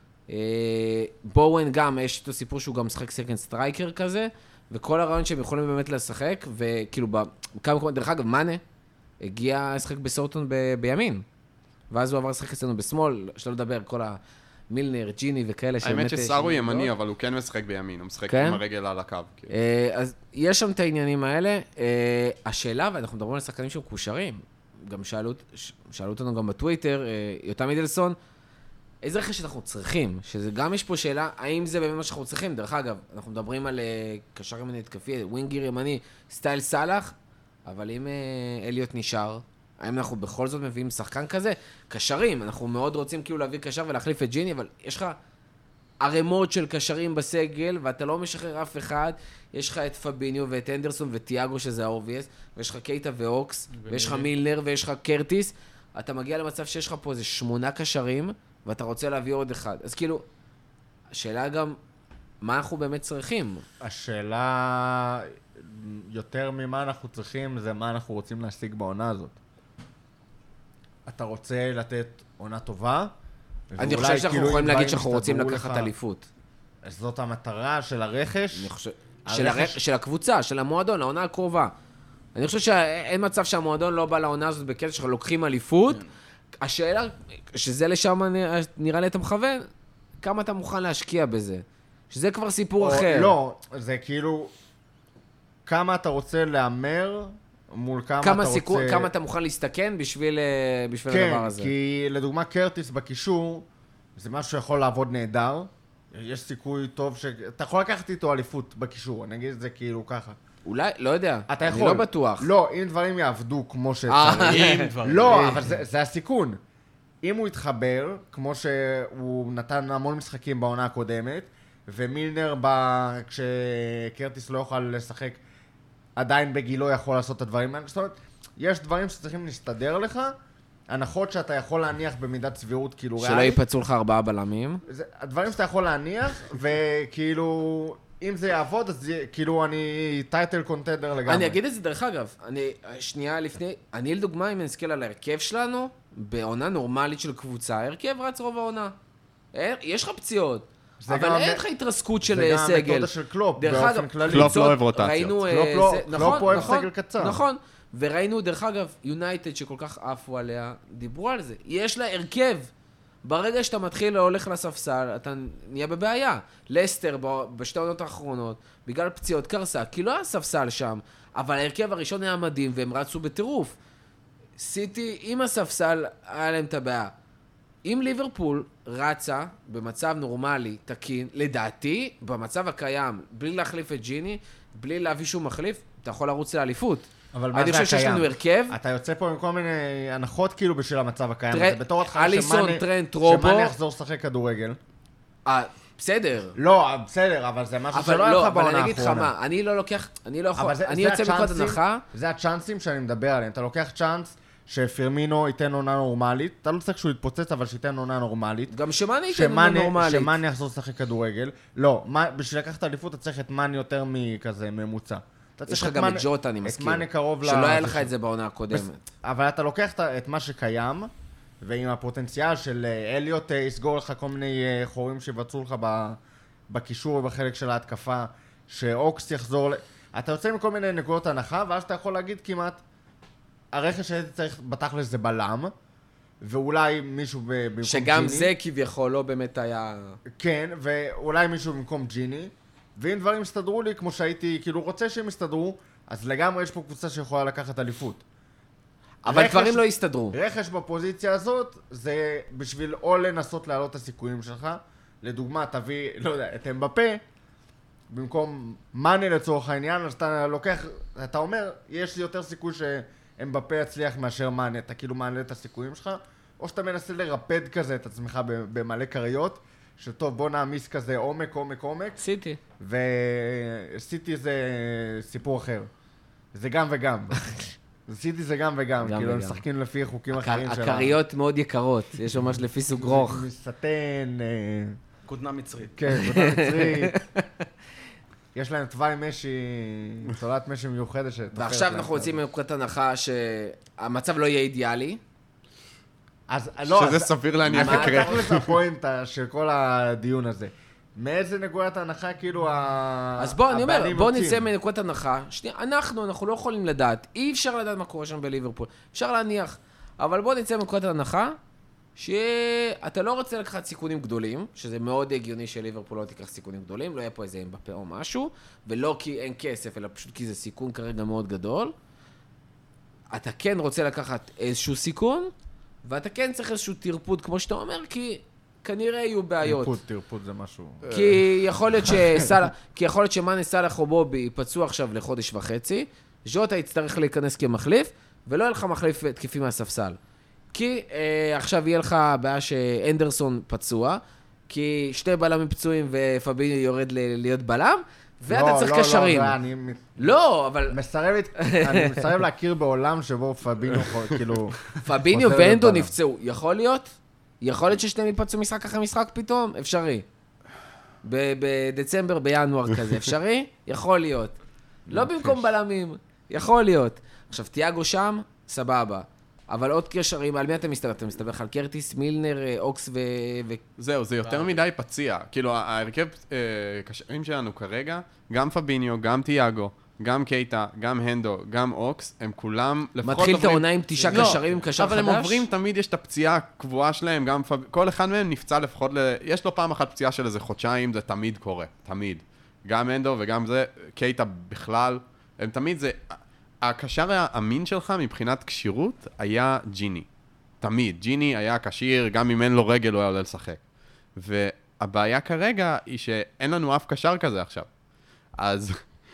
בואוין גם, יש אותו סיפור שהוא גם משחק סקנד סטרייקר כזה, וכל הרעיון שהם יכולים באמת לשחק, וכאילו, בכמה מקומות, דרך אגב, מאנה הגיע לשחק בסורטון בימין, ואז הוא עבר לשחק אצלנו בשמאל, שלא לדבר, כל המילנר, ג'יני וכאלה. האמת שסער הוא ימני, אבל הוא כן משחק בימין, הוא משחק עם הרגל על הקו. אז יש שם את העניינים האלה. השאלה, ואנחנו מדברים על שחקנים שהם קושרים, גם שאלו אותנו גם בטוויטר, יותם מידלסון, איזה רכש אנחנו צריכים? שזה גם יש פה שאלה, האם זה באמת מה שאנחנו צריכים? דרך אגב, אנחנו מדברים על קשר ימני התקפי, ווינגר ימני, סטייל סלאח, אבל אם אליוט נשאר, האם אנחנו בכל זאת מביאים שחקן כזה? קשרים, אנחנו מאוד רוצים כאילו להביא קשר ולהחליף את ג'יני, אבל יש לך ערימות של קשרים בסגל, ואתה לא משחרר אף אחד, יש לך את פביניו ואת אנדרסון וטיאגו, שזה ה-obvious, ויש לך קייטה ואוקס, ויש לך מילנר ויש לך קרטיס, אתה מגיע למצב שיש לך פה איזה 8 קשרים, ואתה רוצה להביא עוד אחד. אז כאילו, השאלה גם, מה אנחנו באמת צריכים? השאלה, יותר ממה אנחנו צריכים, זה מה אנחנו רוצים להשיג בעונה הזאת. אתה רוצה לתת עונה טובה? אני חושב שאנחנו יכולים להגיד שאנחנו רוצים לקחת אליפות. זאת המטרה של הרכש? של הקבוצה, של המועדון, העונה הקרובה. אני חושב שאין מצב שהמועדון לא בא לעונה הזאת בקטע שלך, לוקחים אליפות. השאלה, שזה לשם נראה לי אתה מכוון, כמה אתה מוכן להשקיע בזה? שזה כבר סיפור אחר. לא, זה כאילו, כמה אתה רוצה לאמר מול כמה אתה רוצה... כמה אתה מוכן להסתכן בשביל הדבר הזה. כן, כי לדוגמה קרטיס בקישור, זה משהו שיכול לעבוד נהדר. יש סיכוי טוב אתה יכול לקחת איתו אליפות בקישור, אני אגיד את זה כאילו ככה. אולי, לא יודע. אתה יכול. אני לא בטוח. לא, אם דברים יעבדו כמו שצריך. לא, אבל זה הסיכון. אם הוא יתחבר, כמו שהוא נתן המון משחקים בעונה הקודמת, ומילנר, כשקרטיס לא יוכל לשחק, עדיין בגילו יכול לעשות את הדברים האלה. זאת אומרת, יש דברים שצריכים להסתדר לך, הנחות שאתה יכול להניח במידת סבירות, כאילו ריאלית. שלא ייפצעו לך 4 בלמים. הדברים שאתה יכול להניח, וכאילו, אם זה יעבוד, אז כאילו אני טייטל קונטנדר לגמרי. אני אגיד את זה דרך אגב, שנייה לפני, אני לדוגמה, אם נסתכל על ההרכב שלנו, בעונה נורמלית של קבוצה, ההרכב רץ רוב העונה. יש לך פציעות. אבל אין לך התרסקות של סגל. זה גם המתודה של קלופ, באופן כללי. קלופ לא אוהב רוטציות. קלופ אוהב סגל קצר. נכון, וראינו דרך אגב, יונייטד שכל כך עפו עליה, דיברו על זה. יש לה הרכב. ברגע שאתה מתחיל להולך לספסל, אתה נהיה בבעיה. לסטר בשתי עונות האחרונות, בגלל פציעות קרסה, כי לא היה ספסל שם, אבל ההרכב הראשון היה מדהים, והם רצו בטירוף. סיטי, עם הספסל, היה להם את הבעיה. אם ליברפול רצה במצב נורמלי, תקין, לדעתי, במצב הקיים, בלי להחליף את ג'יני, בלי להביא שום מחליף, אתה יכול לרוץ לאליפות. אבל מה זה הקיים? אני חושב שיש לנו הרכב. אתה יוצא פה עם כל מיני הנחות כאילו בשביל המצב הקיים. בתור התחלה אליסון, טרנט, רובו. שמאני יחזור לשחק כדורגל. בסדר. לא, בסדר, אבל זה משהו שלא היה לך בעונה האחרונה. אבל אני אגיד לך מה, אני לא לוקח, אני לא יכול, אני יוצא מנקודת הנחה. זה הצ'אנסים שאני מדבר עליהם. אתה לוקח צ'אנס שפירמינו ייתן עונה נורמלית, אתה לא צריך שהוא יתפוצץ, אבל שייתן עונה נורמלית. גם שמאני ייתן עונה נורמלית. שמאני יחזור לשחק כדורגל. לא, בשביל לקחת אליפות אתה צריך את מאני יותר מכזה ממוצע. יש לך גם את ג'וטה, אני מזכיר. שלא היה לך את זה בעונה הקודמת. אבל אתה לוקח את מה שקיים, ועם הפוטנציאל של אליוט יסגור לך כל מיני חורים שיבצעו לך בקישור ובחלק של ההתקפה, שאוקס יחזור... אתה יוצא מכל מיני נקודות הנחה, ואז אתה יכול להגיד כמעט, הרכש שהייתי צריך בתכלס זה בלם, ואולי מישהו במקום שגם ג'יני. זה כביכול לא באמת היה... כן, ואולי מישהו במקום ג'יני, ואם דברים יסתדרו לי כמו שהייתי, כאילו רוצה שהם יסתדרו, אז לגמרי יש פה קבוצה שיכולה לקחת אליפות. אבל דברים לא יסתדרו. רכש בפוזיציה הזאת, זה בשביל או לנסות להעלות את הסיכויים שלך. לדוגמה, תביא, לא יודע, את אמבפה, במקום מאני לצורך העניין, אז אתה לוקח, אתה אומר, יש לי יותר סיכוי שאמבפה יצליח מאשר מאני, אתה כאילו מעלה את הסיכויים שלך, או שאתה מנסה לרפד כזה את עצמך במלא קריות, שטוב, בוא נעמיס כזה עומק. סיטי. וסיטי זה סיפור אחר. זה גם וגם. סיטי זה גם וגם, כאילו הם משחקים לפי חוקים אחרים שלה. הקריות מאוד יקרות, יש ממש לפי סוג רוך. מסתן... כותנה מצרית. כן, כותנה מצרית. יש להם תוואי משי, צולת משי מיוחדת שתופרת להם. ועכשיו אנחנו רוצים מנקודת הנחה שהמצב לא יהיה אידיאלי. שזה סביר להניח יקרה. אז תכלס הפואנטה של כל הדיון הזה. מאיזה נקודת הנחה כאילו אז בוא, אני אומר, בוא נצא מנקודת הנחה. שנייה, אנחנו לא יכולים לדעת. אי אפשר לדעת מה קורה שם בליברפול. אפשר להניח. אבל בוא נצא מנקודת הנחה, שאתה לא רוצה לקחת סיכונים גדולים, שזה מאוד הגיוני שליברפול לא תיקח סיכונים גדולים, לא יהיה פה איזה אמבפה או משהו, ולא כי אין כסף, אלא פשוט כי זה סיכון כרגע מאוד גדול. אתה כן רוצה לקחת איזשהו סיכון, ואתה כן צריך איזשהו תרפוד, כמו שאתה אומר, כי כנראה יהיו בעיות. תרפוד זה משהו... כי יכול להיות שמאנה סלאח או בובי ייפצעו עכשיו לחודש וחצי, ז'וטה יצטרך להיכנס כמחליף, ולא יהיה לך מחליף תקפי מהספסל. כי עכשיו יהיה לך בעיה שאנדרסון פצוע, כי שתי בלמים פצועים ופביניו יורד להיות בלם, ואתה צריך קשרים. לא, אבל... אני מסרב להכיר בעולם שבו פביניו כאילו... פביניו ואנדו נפצעו. יכול להיות? יכול להיות ששניהם יפצעו משחק אחרי משחק פתאום? אפשרי. בדצמבר, בינואר כזה. אפשרי? יכול להיות. לא במקום בלמים. יכול להיות. עכשיו, תיאגו שם, סבבה. אבל עוד קשרים, על מי אתה מסתבר? אתה מסתבר על קרטיס, מילנר, אוקס זהו, זה יותר מדי פציע. כאילו, ההרכב קשרים שלנו כרגע, גם פביניו, גם תיאגו, גם קייטה, גם הנדו, גם אוקס, הם כולם לפחות מתחיל את העונה עם 9 קשרים עם קשר חדש? אבל הם עוברים, תמיד יש את הפציעה הקבועה שלהם, גם כל אחד מהם נפצע לפחות יש לו פעם אחת פציעה של איזה חודשיים, זה תמיד קורה, תמיד. גם הנדו וגם זה, קייטה בכלל, הם תמיד זה... הקשר האמין שלך מבחינת קשירות היה ג'יני. תמיד. ג'יני היה קשיר, גם אם אין לו רגל הוא היה עולה לשחק. והבעיה כרגע היא שאין לנו אף קשר כזה עכשיו. אז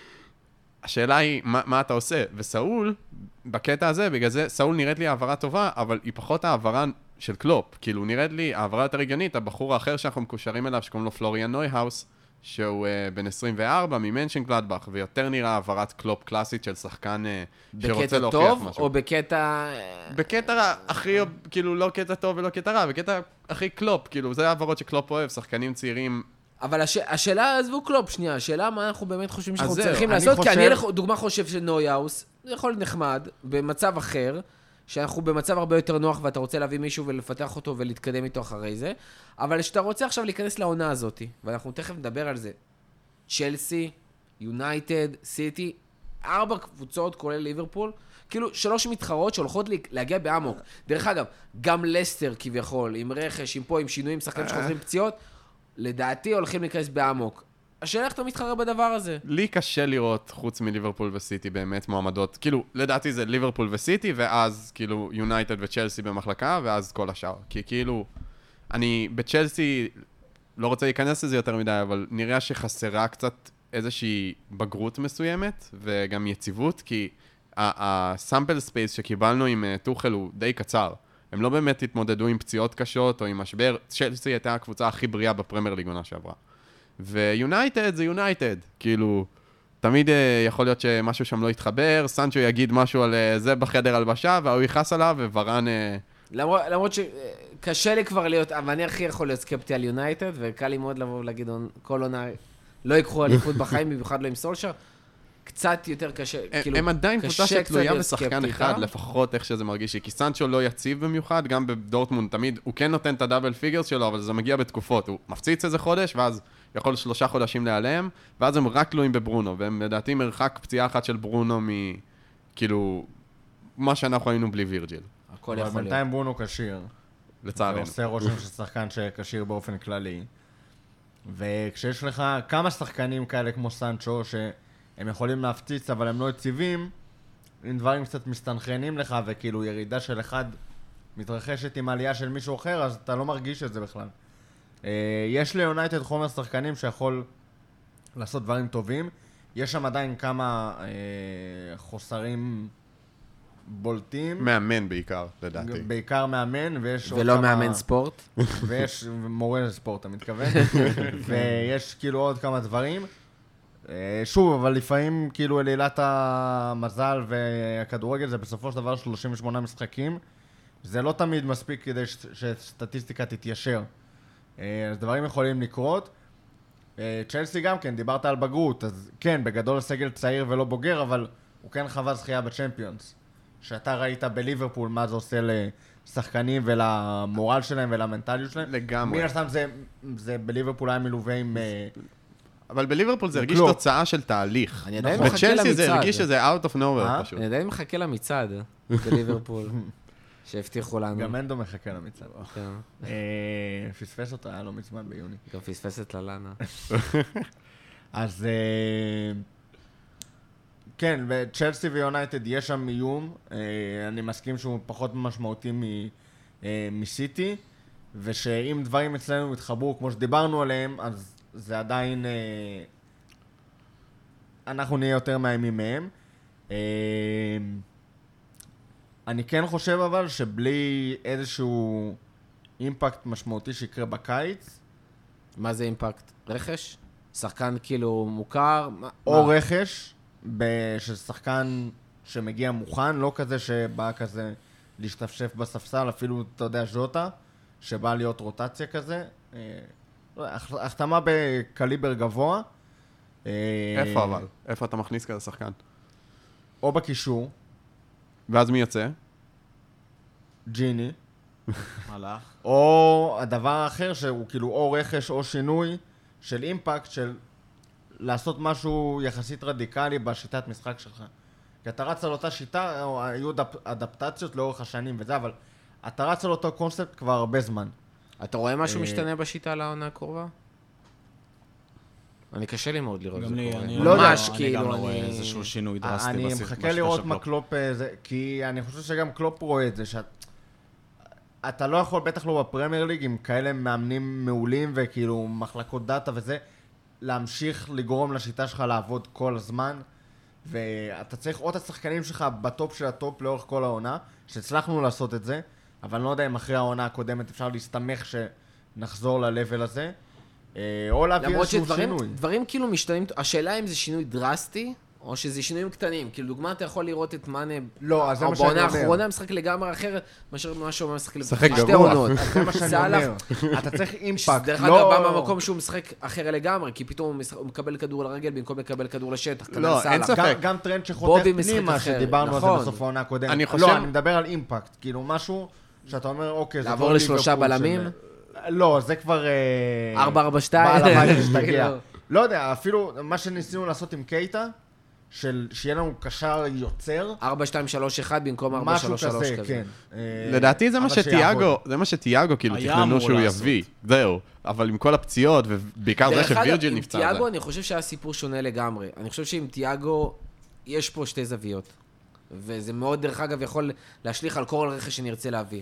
השאלה היא, מה אתה עושה? וסאול, בקטע הזה, בגלל זה, סאול נראית לי העברה טובה, אבל היא פחות העברה של קלופ. כאילו, נראית לי העברה יותר הגיונית, הבחור האחר שאנחנו מקושרים אליו, שקוראים לו פלוריאן נויהאוס, שהוא בן 24 ממנשן גלדבך, ויותר נראה העברת קלופ קלאסית של שחקן שרוצה להוכיח משהו. בקטע טוב או בקטע... בקטע הכי, כאילו, לא קטע טוב ולא קטע רע, בקטע הכי קלופ, כאילו, זה העברות שקלופ אוהב, שחקנים צעירים. אבל השאלה, עזבו קלופ, שנייה, השאלה מה אנחנו באמת חושבים שאנחנו צריכים לעשות, כי אני דוגמה חושב שנויהאוס, זה יכול להיות נחמד, במצב אחר, שאנחנו במצב הרבה יותר נוח, ואתה רוצה להביא מישהו ולפתח אותו ולהתקדם איתו אחרי זה, אבל שאתה רוצה עכשיו להיכנס לעונה הזאת, ואנחנו תכף נדבר על זה, צ'לסי, יונייטד, סיטי, 4 קבוצות, כולל ליברפול, כאילו 3 מתחרות שהולכות להגיע באמוק. דרך אגב, גם לסטר כביכול, עם רכש, עם פה, עם שינויים, שחקנים שחוזרים פציעות, לדעתי הולכים להיכנס באמוק. השאלה איך אתה מתחרה בדבר הזה? לי קשה לראות, חוץ מליברפול וסיטי, באמת מועמדות. כאילו, לדעתי זה ליברפול וסיטי, ואז כאילו יונייטד וצ'לסי במחלקה, ואז כל השאר. כי כאילו, אני בצ'לסי לא רוצה להיכנס לזה יותר מדי, אבל נראה שחסרה קצת איזושהי בגרות מסוימת, וגם יציבות, כי הסאמפל ספייס שקיבלנו עם טוחל הוא די קצר. הם לא באמת התמודדו עם פציעות קשות או עם משבר. צ'לסי הייתה הקבוצה הכי בריאה בפרמייר ליג עונה שעברה. ויונייטד זה יונייטד, כאילו, תמיד יכול להיות שמשהו שם לא יתחבר, סנצ'ו יגיד משהו על זה בחדר הלבשה, והוא יכעס עליו, וורן... למרות שקשה לי כבר להיות, אבל אני הכי יכול להיות סקפטי על יונייטד, וקל לי מאוד לבוא ולהגיד, כל עונה לא יקחו אליפות בחיים, במיוחד לא עם סולשר, קצת יותר קשה, כאילו, הם עדיין קבוצה שתלויה בשחקן אחד, לפחות איך שזה מרגיש לי, כי סנצ'ו לא יציב במיוחד, גם בדורטמונד תמיד, הוא כן נותן את הדאבל פיגרס שלו, אבל זה מגיע בתקופות, הוא מפציץ איזה חודש, ואז יכול 3 חודשים להיעלם, ואז הם רק תלויים בברונו, והם לדעתי מרחק פציעה אחת של ברונו כאילו, מה שאנחנו היינו בלי וירג'יל. הכל יכול להיות. בינתיים ברונו קשיר. לצערנו. זה עושה רושם של שחקן שקשיר באופן כללי. וכשיש לך כמה שחקנים כאלה כמו סנצ'ו, הם יכולים להפציץ, אבל הם לא יציבים, אם דברים קצת מסתנכרנים לך, וכאילו ירידה של אחד מתרחשת עם עלייה של מישהו אחר, אז אתה לא מרגיש את זה בכלל. יש ליונייטד חומר שחקנים שיכול לעשות דברים טובים. יש שם עדיין כמה חוסרים בולטים. מאמן בעיקר, לדעתי. בעיקר מאמן, ויש עוד ולא כמה... מאמן ספורט. ויש מורה לספורט, אתה מתכוון? ויש כאילו עוד כמה דברים. שוב, אבל לפעמים כאילו אלילת המזל והכדורגל זה בסופו של דבר 38 משחקים. זה לא תמיד מספיק כדי שסטטיסטיקה תתיישר. אז דברים יכולים לקרות. צ'לסי גם כן, דיברת על בגרות, אז כן, בגדול סגל צעיר ולא בוגר, אבל הוא כן חווה זכייה בצ'מפיונס. שאתה ראית בליברפול מה זה עושה לשחקנים ולמורל שלהם ולמנטליות שלהם. לגמרי. מן הסתם זה בליברפול היה מלווה עם... אבל בליברפול זה הרגיש תוצאה של תהליך. אני עדיין מחכה למצעד. בצ'לסי זה הרגיש שזה out of nowhere פשוט. אני עדיין מחכה למצעד בליברפול, שהבטיחו לנו. גם אנדו מחכה למצעד. כן. פספס אותה, היה לא מזמן ביוני. גם פספסת ללנה. אז כן, בצ'לסי ויונייטד יש שם איום. אני מסכים שהוא פחות משמעותי מסיטי, ושאם דברים אצלנו מתחברו כמו שדיברנו עליהם, אז זה עדיין... אנחנו נהיה יותר מאיימים מהם. אני כן חושב אבל שבלי איזשהו אימפקט משמעותי שיקרה בקיץ. מה זה אימפקט? רכש? שחקן כאילו מוכר? או רכש, של שחקן שמגיע מוכן, לא כזה שבא כזה להשתפשף בספסל, אפילו, אתה יודע, ז'וטה, שבא להיות רוטציה כזה. החתמה בקליבר גבוה. איפה אבל? איפה אתה מכניס כזה שחקן? או בקישור. ואז מי יוצא? ג'יני, הלך. או הדבר האחר שהוא כאילו או רכש או שינוי של אימפקט של לעשות משהו יחסית רדיקלי בשיטת משחק שלך. כי אתה רץ על אותה שיטה, או היו אדפטציות לאורך השנים וזה, אבל אתה רץ על אותו קונספט כבר הרבה זמן. אתה רואה משהו משתנה בשיטה לעונה הקרובה? אני קשה לי מאוד לראות את זה קורה. לא יודע, ממש, אני כאילו, גם לא רואה איזשהו שינוי דרסטי אני בשיטה מחכה של לראות מה קלופ. קלופ זה, כי אני חושב שגם קלופ רואה את זה, אתה לא יכול, בטח לא בפרמייר ליג, עם כאלה מאמנים מעולים וכאילו מחלקות דאטה וזה, להמשיך לגרום לשיטה שלך לעבוד כל הזמן, ואתה צריך עוד השחקנים שלך בטופ של הטופ לאורך כל העונה, שהצלחנו לעשות את זה, אבל אני לא יודע אם אחרי העונה הקודמת אפשר להסתמך שנחזור ל-level הזה, או להביא איזשהו שינוי. למרות שדברים כאילו משתנים, השאלה אם זה שינוי דרסטי, או שזה שינויים קטנים. כאילו, דוגמה, אתה יכול לראות את מאנה... לא, אז זה מה שאני אומר. בעונה האחרונה משחק לגמרי אחרת, מאשר מה שהוא משחק משחק בשתי גרוע. עונות. זה מה שאני אומר. אתה צריך אימפקט. דרך אגב, בא מהמקום שהוא משחק אחר לגמרי, כי פתאום הוא מקבל כדור לרגל במקום לקבל כדור לשטח. לא, אין ספק. גם טרנד שחותך פנימה, שדיברנו על זה בסוף העונה הקודמת. אני חושב... לא, אני מדבר על אימפקט. כאילו, משהו שאתה אומר, אוקיי, זה... לעבור לשלושה בלמים? לא, זה כבר... 4-4-2? בעל הבית משתגע. לא יודע, אפילו מה שניסינו לעשות עם קייטה, שיהיה לנו קשר יוצר. 4-2-3-1 במקום 4-3-3 משהו כזה, כן. לדעתי זה מה שתיאגו כאילו תכננו שהוא יביא. זהו. אבל עם כל הפציעות, ובעיקר זה שווירג'יל נפצע. עם תיאגו אני חושב שהיה סיפור שונה לגמרי. אני חושב שעם תיאגו יש פה שתי זוויות. וזה מאוד, דרך אגב, יכול להשליך על כל רכש שנרצה להביא.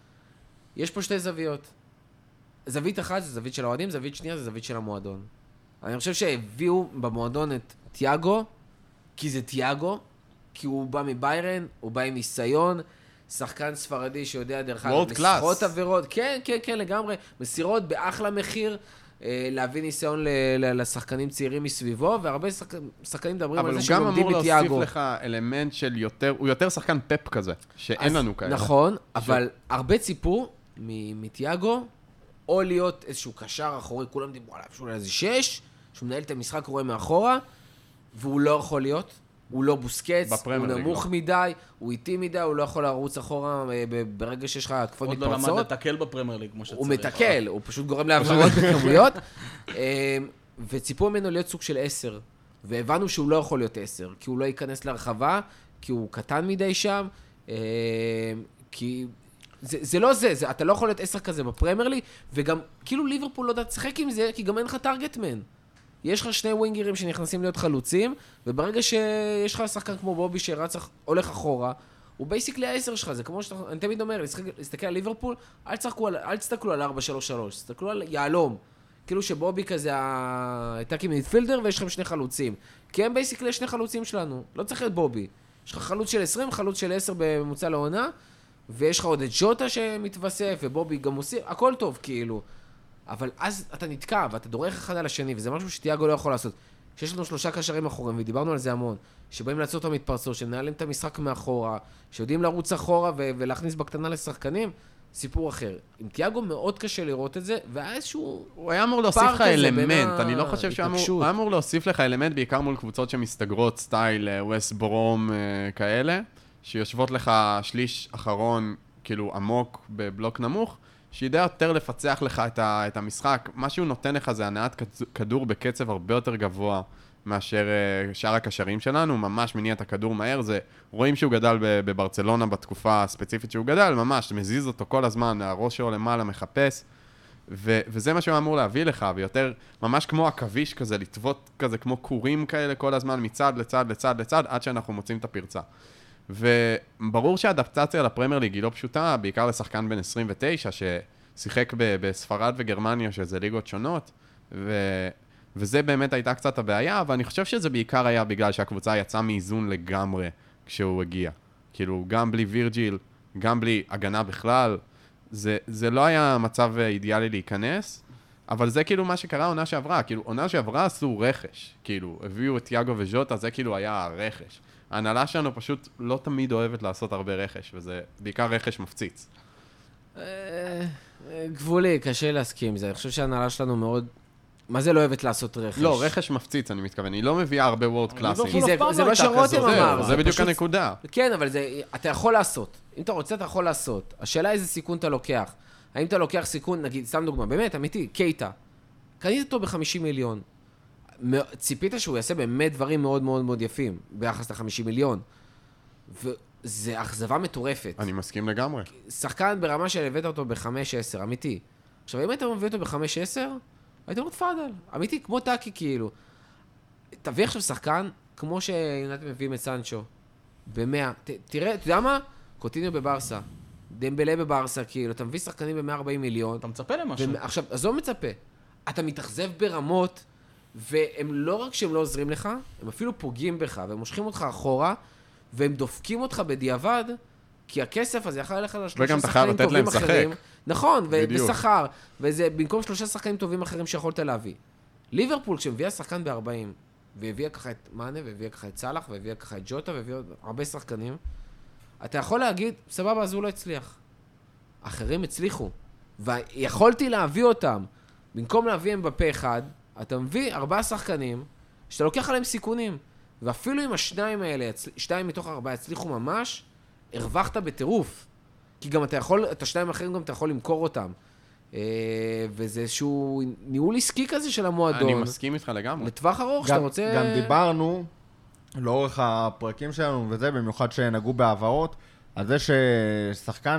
יש פה שתי זוויות. זווית אחת זה זווית של האוהדים, זווית שנייה זה זווית של המועדון. אני חושב שהביאו במועדון את תיאגו, כי זה תיאגו, כי הוא בא מביירן, הוא בא עם ניסיון, שחקן ספרדי שיודע דרך אגב, מסירות עבירות, כן, כן, כן, לגמרי, מסירות באחלה מחיר, להביא ניסיון לשחקנים צעירים מסביבו, והרבה שחקנים מדברים על זה שהם עומדים בתיאגו. אבל הוא גם אמור להוסיף לך אלמנט של יותר, הוא יותר שחקן פפ כזה, שאין לנו כאלה. נכון, אבל הרבה ציפו מתיאגו, או להיות איזשהו קשר אחורי, כולם דיברו עליו, שהוא איזה 6, שהוא מנהל את המשחק, רואה מאחורה, והוא לא יכול להיות, הוא לא בוסקץ, הוא נמוך מדי, הוא איטי מדי, הוא לא יכול לרוץ אחורה ברגע שיש לך התקפות מתפרצות. עוד לא למד לתקל בפרמייר ליג כמו שצריך. הוא מתקל, הוא פשוט גורם להעברות בכמויות, וציפו ממנו להיות סוג של 10, והבנו שהוא לא יכול להיות 10, כי הוא לא ייכנס להרחבה, כי הוא קטן מדי שם, כי... זה לא זה, אתה לא יכול להיות 10 כזה בפרמייר ליג, וגם כאילו ליברפול לא יודע תשחק עם זה, כי גם אין לך טארגטמן. יש לך שני ווינגרים שנכנסים להיות חלוצים, וברגע שיש לך שחקן כמו בובי שרץ, הולך אחורה, הוא בייסיקלי ה-10 שלך, זה כמו שאתה, אני תמיד אומר, להסתכל על ליברפול, אל תסתכלו על 4-3-3, תסתכלו על יעלום. כאילו שבובי כזה הטאקי מידפילדר, ויש לכם שני חלוצים. כי הם בייסיקלי שני חלוצים שלנו, לא צריך להיות בובי. יש לך חלוץ של 20, חלוץ של 10 בממוצע לעונה, ויש לך עוד את ג'וטה שמתווסף, ובובי גם עושה, הכל טוב כאילו. אבל אז אתה נתקע, ואתה דורך אחד על השני, וזה משהו שתיאגו לא יכול לעשות. שיש לנו 3 קשרים אחורים, ודיברנו על זה המון, שבאים לעצור את המתפרצות, שמנהלים את המשחק מאחורה, שיודעים לרוץ אחורה ולהכניס בקטנה לשחקנים, סיפור אחר. עם תיאגו מאוד קשה לראות את זה, והיה איזשהו... הוא היה אמור להוסיף לך אלמנט, אני לא חושב שהוא היה אמור להוסיף לך אלמנט, בעיקר מול קבוצות שמסתגרות, סטייל, ווסט ברום, כאלה, שיושבות לך שליש אחרון, כאילו עמוק בבלוק נמוך, שידע יותר לפצח לך את המשחק. מה שהוא נותן לך זה הנעת כדור בקצב הרבה יותר גבוה מאשר שאר הקשרים שלנו, ממש מניע את הכדור מהר, רואים שהוא גדל בברצלונה בתקופה הספציפית שהוא גדל, ממש מזיז אותו כל הזמן, הראש שלו למעלה מחפש, וזה מה שהוא אמור להביא לך, ויותר ממש כמו עכביש כזה, לטוות כזה כמו קורים כאלה כל הזמן מצד לצד לצד לצד, עד שאנחנו מוצאים את הפרצה. וברור שהאדפטציה לפרמייר ליג היא לא פשוטה, בעיקר לשחקן בן 29 ששיחק בספרד וגרמניה, שזה ליגות שונות, וזה באמת הייתה קצת הבעיה, אבל אני חושב שזה בעיקר היה בגלל שהקבוצה יצאה מאיזון לגמרי כשהוא הגיע. כאילו, גם בלי וירג'יל, גם בלי הגנה בכלל, זה לא היה מצב אידיאלי להיכנס, אבל זה כאילו מה שקרה עונה שעברה. כאילו, עונה שעברה עשו רכש. כאילו, הביאו את תיאגו וז'וטה, זה כאילו היה הרכש. ההנהלה שלנו פשוט לא תמיד אוהבת לעשות הרבה רכש, וזה בעיקר רכש מפציץ. גבולי, קשה להסכים עם זה. אני חושב שההנהלה שלנו מאוד מה זה לא אוהבת לעשות רכש? לא, רכש מפציץ, אני מתכוון. היא לא מביאה הרבה וורד קלאסים. כי זה מה שרותם אמר. זה בדיוק הנקודה. כן, אבל אתה יכול לעשות. אם אתה רוצה, אתה יכול לעשות. השאלה איזה סיכון אתה לוקח. האם אתה לוקח סיכון, נגיד, סתם דוגמה, באמת, אמיתי, קייטה. קנית אותו ב-50 מיליון. ציפית שהוא יעשה באמת דברים מאוד מאוד מאוד יפים, ביחס ל-50 מיליון. וזה אכזבה מטורפת. אני מסכים לגמרי. שחקן ברמה של הבאת אותו ב-5-10, אמיתי. עכשיו, אם היית מביא אותו ב-5-10, היית אומר תפאדל. אמיתי, כמו טאקי כאילו. תביא עכשיו שחקן, כמו שיונתן מביאים את סנצ'ו, ב-100. תראה, אתה יודע מה? קוטיניו בברסה. דמבלה בברסה, כאילו, אתה מביא שחקנים ב-140 מיליון. אתה מצפה למשהו. עכשיו, אז לא מצפה. אתה מתאכזב ברמות, והם לא רק שהם לא עוזרים לך, הם אפילו פוגעים בך, והם מושכים אותך אחורה, והם דופקים אותך בדיעבד, כי הכסף הזה יכל ללכת לשלושה שחקנים טובים אחרים. נכון, ושכר, וזה במקום 3 שחקנים טובים אחרים שיכולת להביא. ליברפול, כשמביאה שחקן ב-40, והביאה ככה את מאנה, והביאה ככה את סלאח, והביאה ככה את ג'וטה, והביאה הרבה שחקנים, אתה יכול להגיד, סבבה, אז הוא לא הצליח. אחרים הצליחו, ויכולתי להביא אותם. במקום להביא הם בפה אחד, אתה מביא 4 שחקנים, שאתה לוקח עליהם סיכונים. ואפילו אם השניים האלה, 2 מתוך 4 הצליחו ממש, הרווחת בטירוף. כי גם אתה יכול, את השניים האחרים גם אתה יכול למכור אותם. וזה איזשהו ניהול עסקי כזה של המועדון. אני מסכים איתך לגמרי. לטווח ארוך, שאתה רוצה... גם דיברנו, לאורך הפרקים שלנו וזה, במיוחד שנגעו בהעברות, על זה ששחקן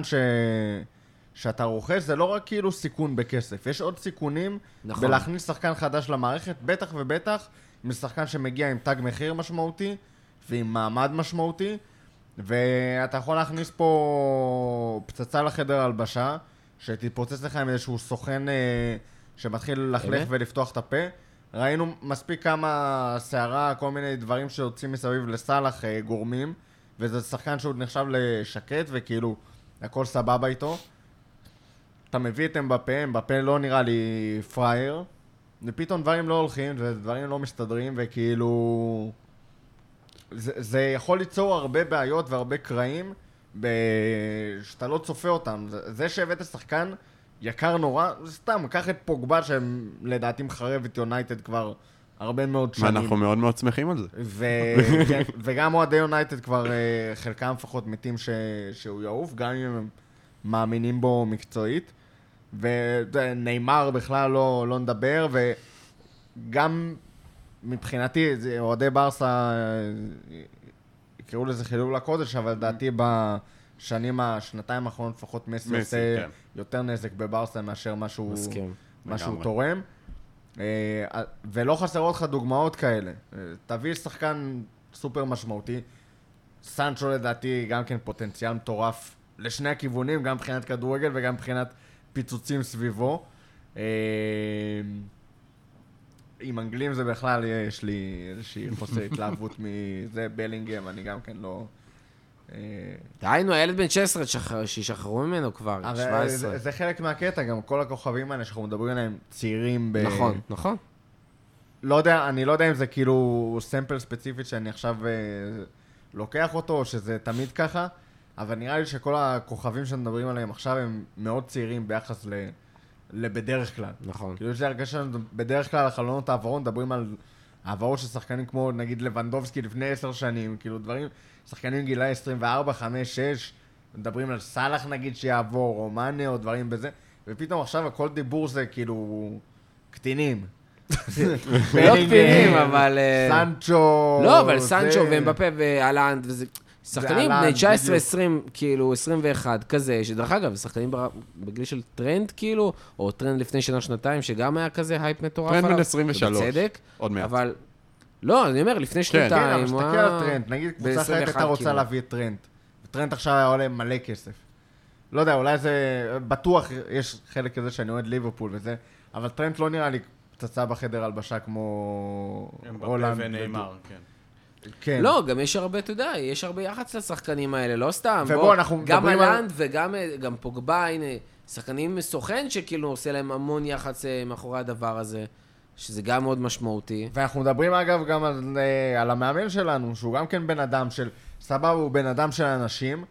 שאתה רוכש, זה לא רק כאילו סיכון בכסף. יש עוד סיכונים נכון. בלהכניס שחקן חדש למערכת, בטח ובטח, משחקן שמגיע עם תג מחיר משמעותי, ועם מעמד משמעותי, ואתה יכול להכניס פה פצצה לחדר הלבשה, שתתפוצץ לך עם איזשהו סוכן שמתחיל ללכלך ולפתוח את הפה. ראינו מספיק כמה שערה, כל מיני דברים שיוצאים מסביב לסלאח גורמים, וזה שחקן שהוא נחשב לשקט, וכאילו הכל סבבה איתו. אתה מביא את אמבפה לא נראה לי פרייר, ופתאום דברים לא הולכים, ודברים לא מסתדרים, וכאילו... זה יכול ליצור הרבה בעיות והרבה קרעים, שאתה לא צופה אותם. זה שהבאת שחקן יקר נורא, זה סתם, קח את פוגבה, שהם לדעתי מחרב את יונייטד כבר הרבה מאוד שנים. ואנחנו מאוד מאוד שמחים על זה. וגם אוהדי יונייטד כבר חלקם לפחות מתים שהוא יעוף, גם אם הם מאמינים בו מקצועית. וניימר בכלל לא נדבר, וגם מבחינתי, אוהדי ברסה יקראו לזה חילול הקודש, אבל לדעתי השנתיים האחרונות לפחות מסי עושה כן. יותר נזק בברסה מאשר משהו תורם. ולא חסרות לך דוגמאות כאלה. תביא שחקן סופר משמעותי, סנצ'ו לדעתי גם כן פוטנציאל מטורף לשני הכיוונים, גם מבחינת כדורגל וגם מבחינת פיצוצים סביבו. עם אנגלים זה בכלל, יש לי איזושהי חוסר התלהבות מזה, בלינגהם, אני גם כן לא... דיינו, הילד בן 16, שישחררו ממנו כבר, 17. זה חלק מהקטע, גם כל הכוכבים האלה שאנחנו מדברים עליהם צעירים נכון, נכון. אני לא יודע אם זה כאילו סמפל ספציפית שאני עכשיו לוקח אותו, או שזה תמיד ככה, אבל נראה לי שכל הכוכבים שמדברים עליהם עכשיו הם מאוד צעירים ביחס לבדרך כלל. נכון. כאילו יש לי הרגשה שבדרך כלל החלונות העברות מדברים על העברות של שחקנים כמו נגיד לבנדובסקי לפני 10 שנים, כאילו דברים, שחקנים גילאי 24, 5, 6, מדברים על סלאח נגיד שיעבור, או מאנה או דברים בזה, ופתאום עכשיו הכל דיבור זה כאילו קטינים. לא קטינים, אבל... סנצ'ו... לא, אבל סנצ'ו ואמבפה והלנד וזה... שחקנים בני 19, 20, כאילו 21, כזה, שדרך אגב, שחקנים בגיל של טרנד, כאילו, או טרנד לפני שנה-שנתיים, שגם היה כזה הייפ מטורף עליו. טרנד בן 23, בצדק, עוד מעט. אבל, לא, אני אומר, לפני שנתיים, כן, אבל שתקל על טרנד, נגיד קבוצה אחרת אתה רוצה להביא את טרנד, וטרנד עכשיו היה עולה מלא כסף. לא יודע, אולי זה, בטוח יש חלק כזה שאני אוהד ליברפול וזה, אבל טרנד לא נראה לי פצצה בחדר הלבשה כמו הולנד. ונאמר, כן. כן. לא, גם יש הרבה, אתה יודע, יש הרבה יחץ לשחקנים האלה, לא סתם. ובוא, אנחנו גם מדברים הלנד וגם פוגבה, הנה, שחקנים סוכן שכאילו עושה להם המון יחץ מאחורי הדבר הזה, שזה גם מאוד משמעותי. ואנחנו מדברים אגב גם על המאמן שלנו, שהוא גם כן בן אדם של, סבבה הוא בן אדם של אנשים,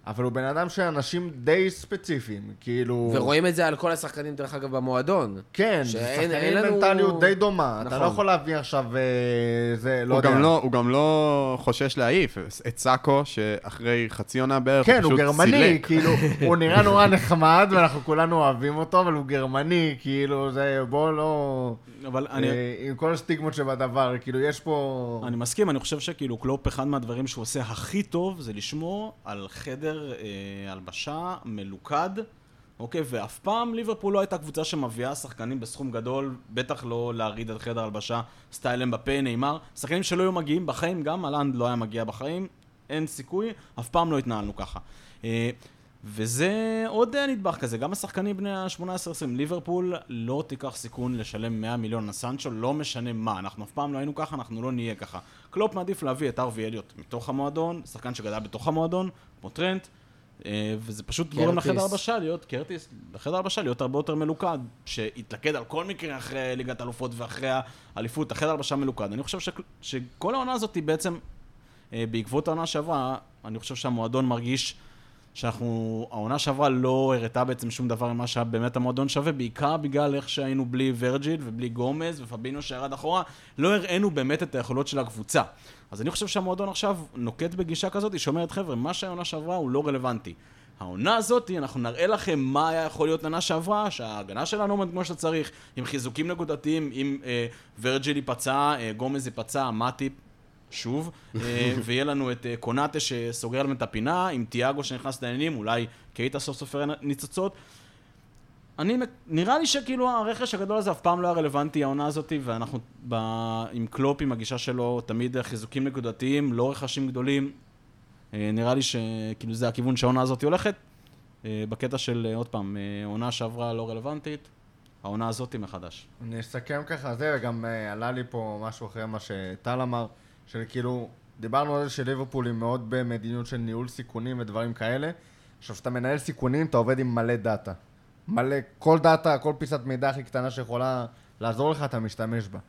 אבל הוא בן אדם שאנשים די ספציפיים, כאילו... ורואים את זה על כל השחקנים, דרך אגב, במועדון. כן, שחקנים מנטליות די דומה. אתה לא יכול להביא עכשיו, זה, לא יודע. הוא גם לא חושש להעיף. את סאקו, שאחרי חצי עונה בערך, כן, הוא פשוט גרמני, סילק. כאילו, הוא נראה נורא נחמד, ואנחנו כולנו אוהבים אותו, אבל הוא גרמני, כאילו, זה, בוא לא... אבל עם כל הסטיגמות שבדבר, כאילו, יש פה... אני מסכים, אני חושב שכאילו קלופ, אחד מהדברים שהוא עושה הכי טוב, זה לשמור על חדר הלבשה מלוכד, אוקיי? ואף פעם ליברפול לא הייתה קבוצה שמביאה שחקנים בסכום גדול, בטח לא להריד על חדר הלבשה, סטייל אמבפה, ניימר, שחקנים שלא היו מגיעים בחיים, גם הלנד לא היה מגיע בחיים, אין סיכוי, אף פעם לא התנהלנו ככה. וזה עוד נדבך כזה, גם השחקנים בני ה-18-20, ליברפול לא תיקח סיכון לשלם 100 מיליון לסנצ'ו, לא משנה מה, אנחנו אף פעם לא היינו ככה, אנחנו לא נהיה ככה. קלופ מעדיף להביא את ארווי אליוט מתוך המועדון, שחקן שגדל בתוך המועדון, כמו טרנט, וזה פשוט גורם לחדר הלבשה להיות, קרטיס, לחדר הלבשה להיות הרבה יותר מלוכד, שהתלכד על כל מקרה אחרי ליגת אלופות ואחרי האליפות, החדר הלבשה מלוכד. אני חושב שכל העונה הזאת היא בעצם, בעקבות העונה שעברה, אני חושב שהמועדון מרגיש העונה שעברה לא הראתה בעצם שום דבר ממה שבאמת המועדון שווה, בעיקר בגלל איך שהיינו בלי ורג'יל ובלי גומז ופבינו שירד אחורה, לא הראינו באמת את היכולות של הקבוצה. אז אני חושב שהמועדון עכשיו נוקט בגישה כזאת, שאומרת, חבר'ה, מה שהעונה שעברה הוא לא רלוונטי. העונה הזאת, אנחנו נראה לכם מה היה יכול להיות לעונה שעברה, שההגנה שלנו עומד כמו שצריך, עם חיזוקים נקודתיים, עם ורג'יל ייפצע, גומז ייפצע, מאטיפ, שוב, ויהיה לנו את קונאטה שסוגר לנו את הפינה, עם תיאגו שנכנס לעניינים, אולי קייטה סוף סופר ניצוצות. נראה לי שכאילו הרכש הגדול הזה אף פעם לא היה רלוונטי העונה הזאת, ואנחנו עם קלופ, עם הגישה שלו, תמיד חיזוקים נקודתיים, לא רכשים גדולים. נראה לי שכאילו זה הכיוון שהעונה הזאת הולכת. בקטע של, עוד פעם, עונה שעברה לא רלוונטית, העונה הזאת מחדש. אני אסכם ככה זה, וגם עלה לי פה משהו אחרי מה שטל אמר, שכאילו, דיברנו על זה שליברפול היא מאוד במדיניות של ניהול סיכונים ודברים כאלה. עכשיו, שאתה מנהל סיכונים, אתה עובד עם מלא דאטה. מלא, כל דאטה, כל פיסת מידע הכי קטנה שיכולה לעזור לך, אתה משתמש בה.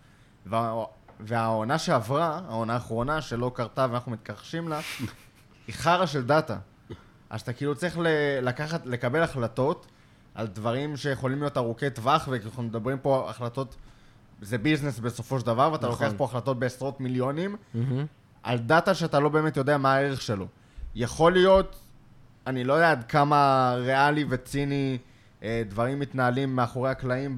והעונה שעברה, העונה האחרונה שלא קרתה ואנחנו מתכחשים לה, היא חרה של דאטה. אז אתה כאילו צריך לקבל החלטות על דברים שיכולים להיות ארוכי טווח, ואנחנו מדברים פה החלטות, זה ביזנס בסופו של דבר, ואתה לוקח פה החלטות בעשרות מיליונים, על דאטה שאתה לא באמת יודע מה הערך שלו. יכול להיות, אני לא יודע עד כמה ריאלי וציני דברים מתנהלים מאחורי הקלעים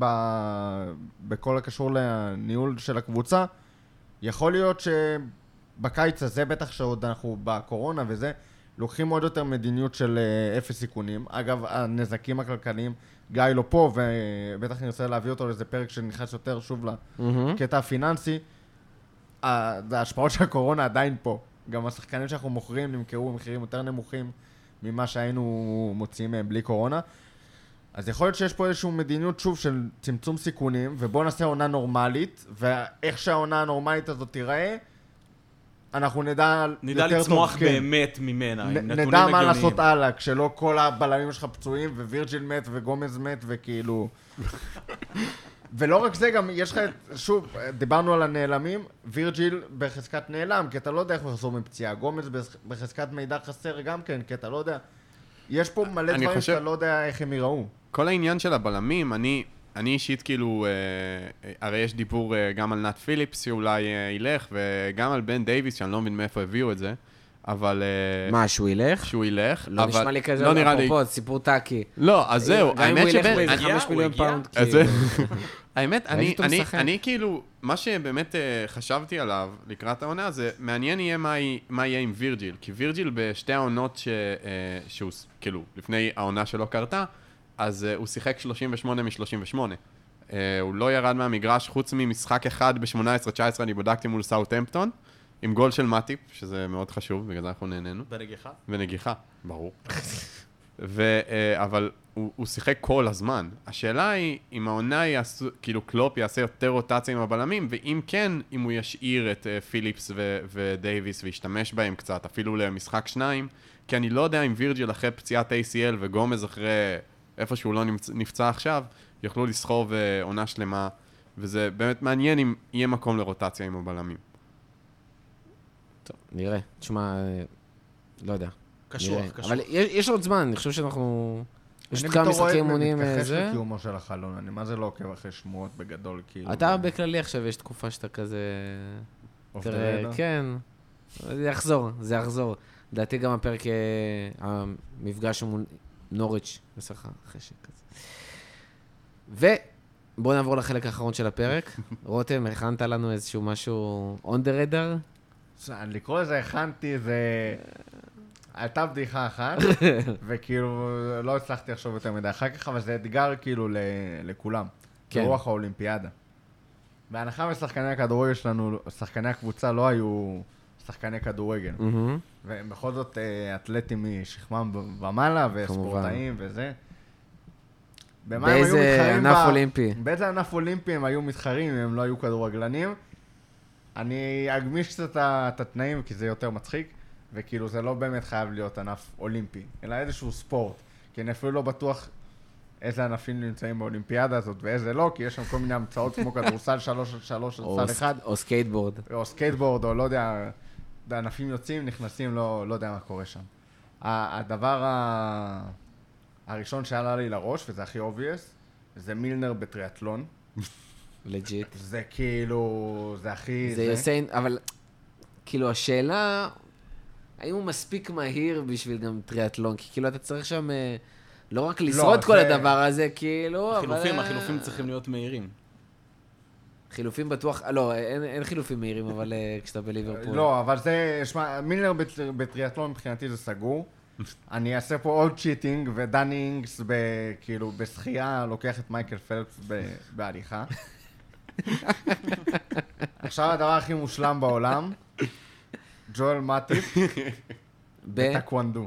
בכל הקשור לניהול של הקבוצה. יכול להיות שבקיץ הזה, בטח שעוד אנחנו בקורונה וזה, לוקחים עוד יותר מדיניות של אפס סיכונים. אגב, הנזקים הכלכליים, גיא לא פה, ובטח אני רוצה להביא אותו לאיזה פרק שנכנס יותר שוב לקטע הפיננסי. ההשפעות של הקורונה עדיין פה. גם השחקנים שאנחנו מוכרים נמכרו במחירים יותר נמוכים ממה שהיינו מוציאים בלי קורונה. אז יכול להיות שיש פה איזושהי מדיניות שוב של צמצום סיכונים, ובואו נעשה עונה נורמלית, ואיך שהעונה הנורמלית הזאת תיראה, אנחנו נדע לצמוח באמת ממנה, עם נתונים הגיוניים. נדע מה לעשות הלאה, כשלא כל הבלמים שלך פצועים, ווירג'יל מת וגומז מת, וכאילו... ולא רק זה, גם יש לך, שוב, דיברנו על הנעלמים, וירג'יל בחזקת נעלם, כי אתה לא יודע איך לחזור מפציעה, גומז בחזקת מידע חסר גם כן, כי אתה לא יודע. יש פה מלא דברים שאתה לא יודע איך הם ייראו. כל העניין של הבלמים, אני אישית כאילו, הרי יש דיבור גם על נאט פיליפס שאולי ילך, וגם על בן דייביס, שאני לא מבין מאיפה הביאו את זה, אבל... מה, שהוא ילך? שהוא ילך, לא נשמע לי כזה, לא נראה לי... אפרופו, סיפור טאקי. לא, אז זהו, האמת שבן... גם אם הוא ילך באיזה 5 מיליון פאונד, האמת, אני כאילו, מה שבאמת חשבתי עליו לקראת העונה, זה מעניין יהיה מה יהיה עם וירג'יל, כי וירג'יל בשתי העונות שהוא, כאילו, לפני העונה שלא קרתה, אז הוא שיחק 38 מ-38. הוא לא ירד מהמגרש, חוץ ממשחק אחד ב-18-19, אני בדקתי מול סאות'המפטון, עם גול של מאטיפ, שזה מאוד חשוב, בגלל זה אנחנו נהנינו. בנגיחה? בנגיחה, ברור. אבל הוא שיחק כל הזמן. השאלה היא, אם העונה כאילו קלופ יעשה יותר רוטציה עם הבלמים, ואם כן, אם הוא ישאיר את פיליפס ודייביס וישתמש בהם קצת, אפילו למשחק 2, כי אני לא יודע אם וירג'יל אחרי פציעת ACL וגומז אחרי איפה שהוא לא נפצע עכשיו, יוכלו לסחוב עונה שלמה, וזה באמת מעניין אם יהיה מקום לרוטציה עם הבלמים. טוב, נראה. תשמע, לא יודע. קשוח. אבל יש עוד זמן, אני חושב שאנחנו... יש כמה משחקי אימונים, אני מתכחש לקיומו של החלון, אני מה זה לא עוקב אחרי שמועות בגדול, כאילו... אתה בכללי עכשיו, יש תקופה שאתה כזה... תראה, כן, זה יחזור. לדעתי גם הפרק, המפגש מול נוריץ' בסך חשק כזה. ובואו נעבור לחלק האחרון של הפרק. רותם, הכנת לנו איזשהו משהו on the radar? לקרוא לזה הכנתי, זה... הייתה בדיחה אחת, וכאילו לא הצלחתי לחשוב יותר מדי אחר כך, אבל זה אתגר כאילו לכולם, ברוח האולימפיאדה. בהנחה ושחקני הכדורגל שלנו, שחקני הקבוצה לא היו שחקני כדורגל. והם בכל זאת אתלטים משכמם ומעלה, וספורטאים וזה. באיזה ענף אולימפי? באיזה ענף אולימפי הם היו מתחרים אם הם לא היו כדורגלנים. אני אגמיש קצת את התנאים, כי זה יותר מצחיק. וכאילו זה לא באמת חייב להיות ענף אולימפי, אלא איזשהו ספורט. כי אני אפילו לא בטוח איזה ענפים נמצאים באולימפיאדה הזאת ואיזה לא, כי יש שם כל מיני המצאות כמו כדורסל 3-3 על צד אחד. או סקייטבורד. או סקייטבורד, או לא יודע, ענפים יוצאים, נכנסים, לא יודע מה קורה שם. הדבר הראשון שעלה לי לראש, וזה הכי obvious, זה מילנר בטריאטלון. לג'יט. זה כאילו, זה הכי... זה יוסיין, אבל כאילו השאלה... האם הוא מספיק מהיר בשביל גם טריאטלון? כי כאילו אתה צריך שם לא רק לשרוד כל הדבר הזה, כאילו, אבל... החילופים צריכים להיות מהירים. חילופים בטוח, לא, אין חילופים מהירים, אבל כשאתה בליברפול. לא, אבל זה, שמע, מילנר בטריאטלון מבחינתי זה סגור. אני אעשה פה עוד צ'יטינג, ודני אינגס כאילו בשחייה לוקח את מייקל פלפס בהליכה. עכשיו הדבר הכי מושלם בעולם, ג'ואל מאטיפ בטקוונדו.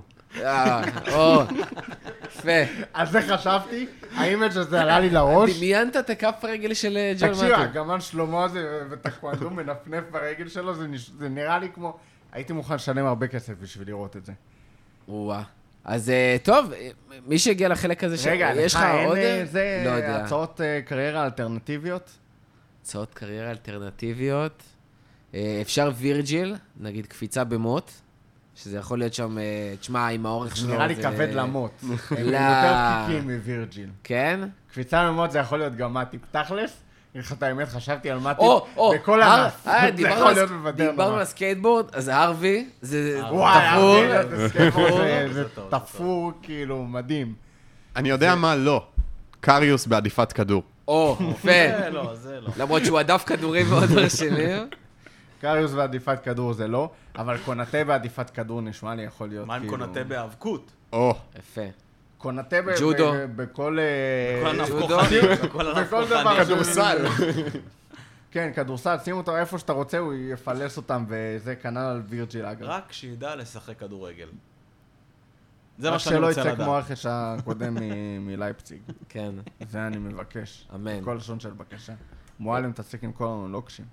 יפה. על זה חשבתי, האמת שזה עלה לי לראש. דמיינת את הכף הרגל של ג'ואל מאטיפ. תקשיב, הגמן שלמה הזה בטקוונדו מנפנף ברגל שלו, זה נראה לי כמו... הייתי מוכן לשלם הרבה כסף בשביל לראות את זה. וואה. אז טוב, מי שהגיע לחלק הזה, רגע, יש לך עוד? לא יודע. הצעות קריירה אלטרנטיביות? הצעות קריירה אלטרנטיביות. אפשר וירג'יל, נגיד קפיצה במוט, שזה יכול להיות שם, תשמע, עם האורך שלו. נראה לי כבד למות. הם יותר פקיקים מווירג'יל. כן? קפיצה במוט זה יכול להיות גם מאטיפ תכלס. איך אתה האמת, חשבתי על מאטיפ בכל ענף. זה יכול להיות מבדר. דיברנו על הסקייטבורד, אז הארווי, זה תפור. זה תפור כאילו מדהים. אני יודע מה לא. קריוס בעדיפת כדור. יפה. זה לא. למרות שהוא עדף כדורים מאוד מרשימים. קריוס בעדיפת כדור זה לא, אבל קונטה בעדיפת כדור נשמע לי יכול להיות כאילו... מה עם קונטה בהאבקות? יפה. קונטה ג'ודו. בכל... ג'ודו. בכל דבר. כדורסל. כן, כדורסל, שים אותו איפה שאתה רוצה, הוא יפלס אותם, וזה כנ"ל על וירג'יל אגב. רק שידע לשחק כדורגל. זה מה שאני רוצה לדעת. שלא יצא כמו הרכש הקודם מלייפציג. כן. זה אני מבקש. אמן. כל לשון של בקשה. מועלם תעסק עם כל המונולוגשים.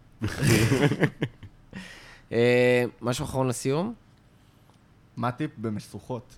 משהו אחרון לסיום? מה טיפ במשוכות?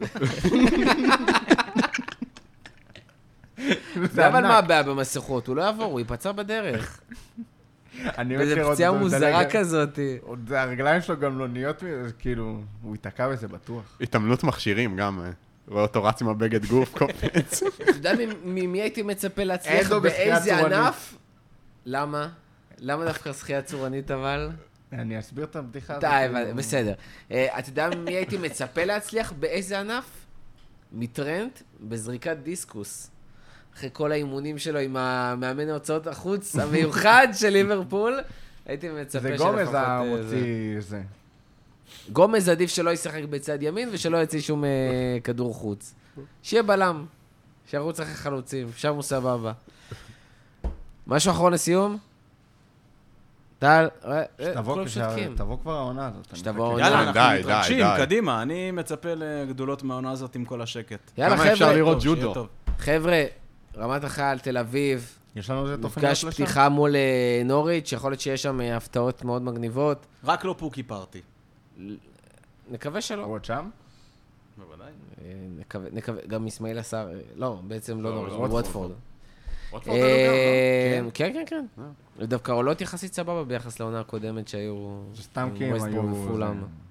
זה אבל מה הבעיה במסכות? הוא לא יעבור, הוא ייפצע בדרך. וזה פציעה מוזרה כזאת. הרגליים שלו גם לא נהיות, כאילו, הוא ייתקע בזה בטוח. התעמלות מכשירים גם, רואה אותו רץ עם הבגד גוף, קופץ. אתה יודע ממי הייתי מצפה להצליח באיזה ענף? למה? למה דווקא שחייה צורנית אבל? אני אסביר את הבדיחה הזאת. די, בסדר. אתה יודע ממי הייתי מצפה להצליח באיזה ענף? מטרנט בזריקת דיסקוס. אחרי כל האימונים שלו עם המאמן ההוצאות החוץ המיוחד של ליברפול, הייתי מצפה זה גומז המוציא זה. גומז עדיף שלא ישחק בצד ימין ושלא יצא שום כדור חוץ. שיהיה בלם, שירוץ אחרי חלוצים, שם הוא סבבה. משהו אחרון לסיום? טל, תבוא כבר העונה הזאת. שתבוא העונה. יאללה, אנחנו מתרגשים, קדימה. אני מצפה לגדולות מהעונה הזאת עם כל השקט. יאללה, כמה אפשר חבר'ה. לראות ג'ודו? חבר'ה, רמת החייל, תל אביב. יש לנו איזה תוכניות מפגש לשם? פתיחה מול נוריץ', יכול להיות שיש שם הפתעות מאוד מגניבות. רק לא פוקי פארטי. נקווה שלא. עוד שם? בוודאי. נקווה, גם אסמאעיל עשר, לא, בעצם לא נוריץ', ווטפורד. ווטפורד היו גם, כן, כן, כן. דווקא עולות יחסית סבבה ביחס לעונה הקודמת שהיו... זה סתם כי הם היו...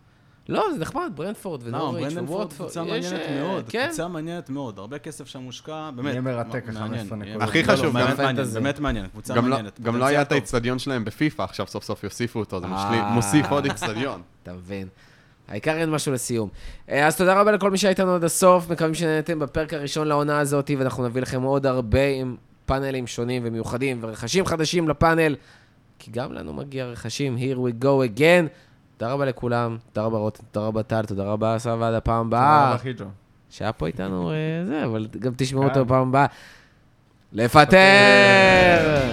לא, זה נחמד, ברנדפורד ונוריץ' ברנדפורד קבוצה מעניינת מאוד, קבוצה מעניינת מאוד, הרבה כסף שם מושקע, באמת. יהיה מרתק, 15 נקודות. הכי חשוב, באמת מעניין, קבוצה מעניינת. גם לא היה את האצטדיון שלהם בפיפא, עכשיו סוף סוף יוסיפו אותו, זה מוסיף עוד אצטדיון. אתה מבין. העיקר אין משהו לסיום. אז תודה רבה לכל מי שהייתנו עד הסוף, מקווים שנהנתם בפרק הראשון לעונה הזאת, ואנחנו נביא לכם עוד הרבה עם פאנלים שונים ומיוחדים, ורכשים חדשים לפאנל, כי גם לנו מגיע רכשים, here we go again. תודה רבה לכולם, תודה רבה רותם, תודה רבה טל, תודה רבה אסף, ועד הפעם הבאה. תודה רבה חיג'ו. שהיה פה איתנו זה, אבל גם תשמעו אותו בפעם הבאה. לפטר!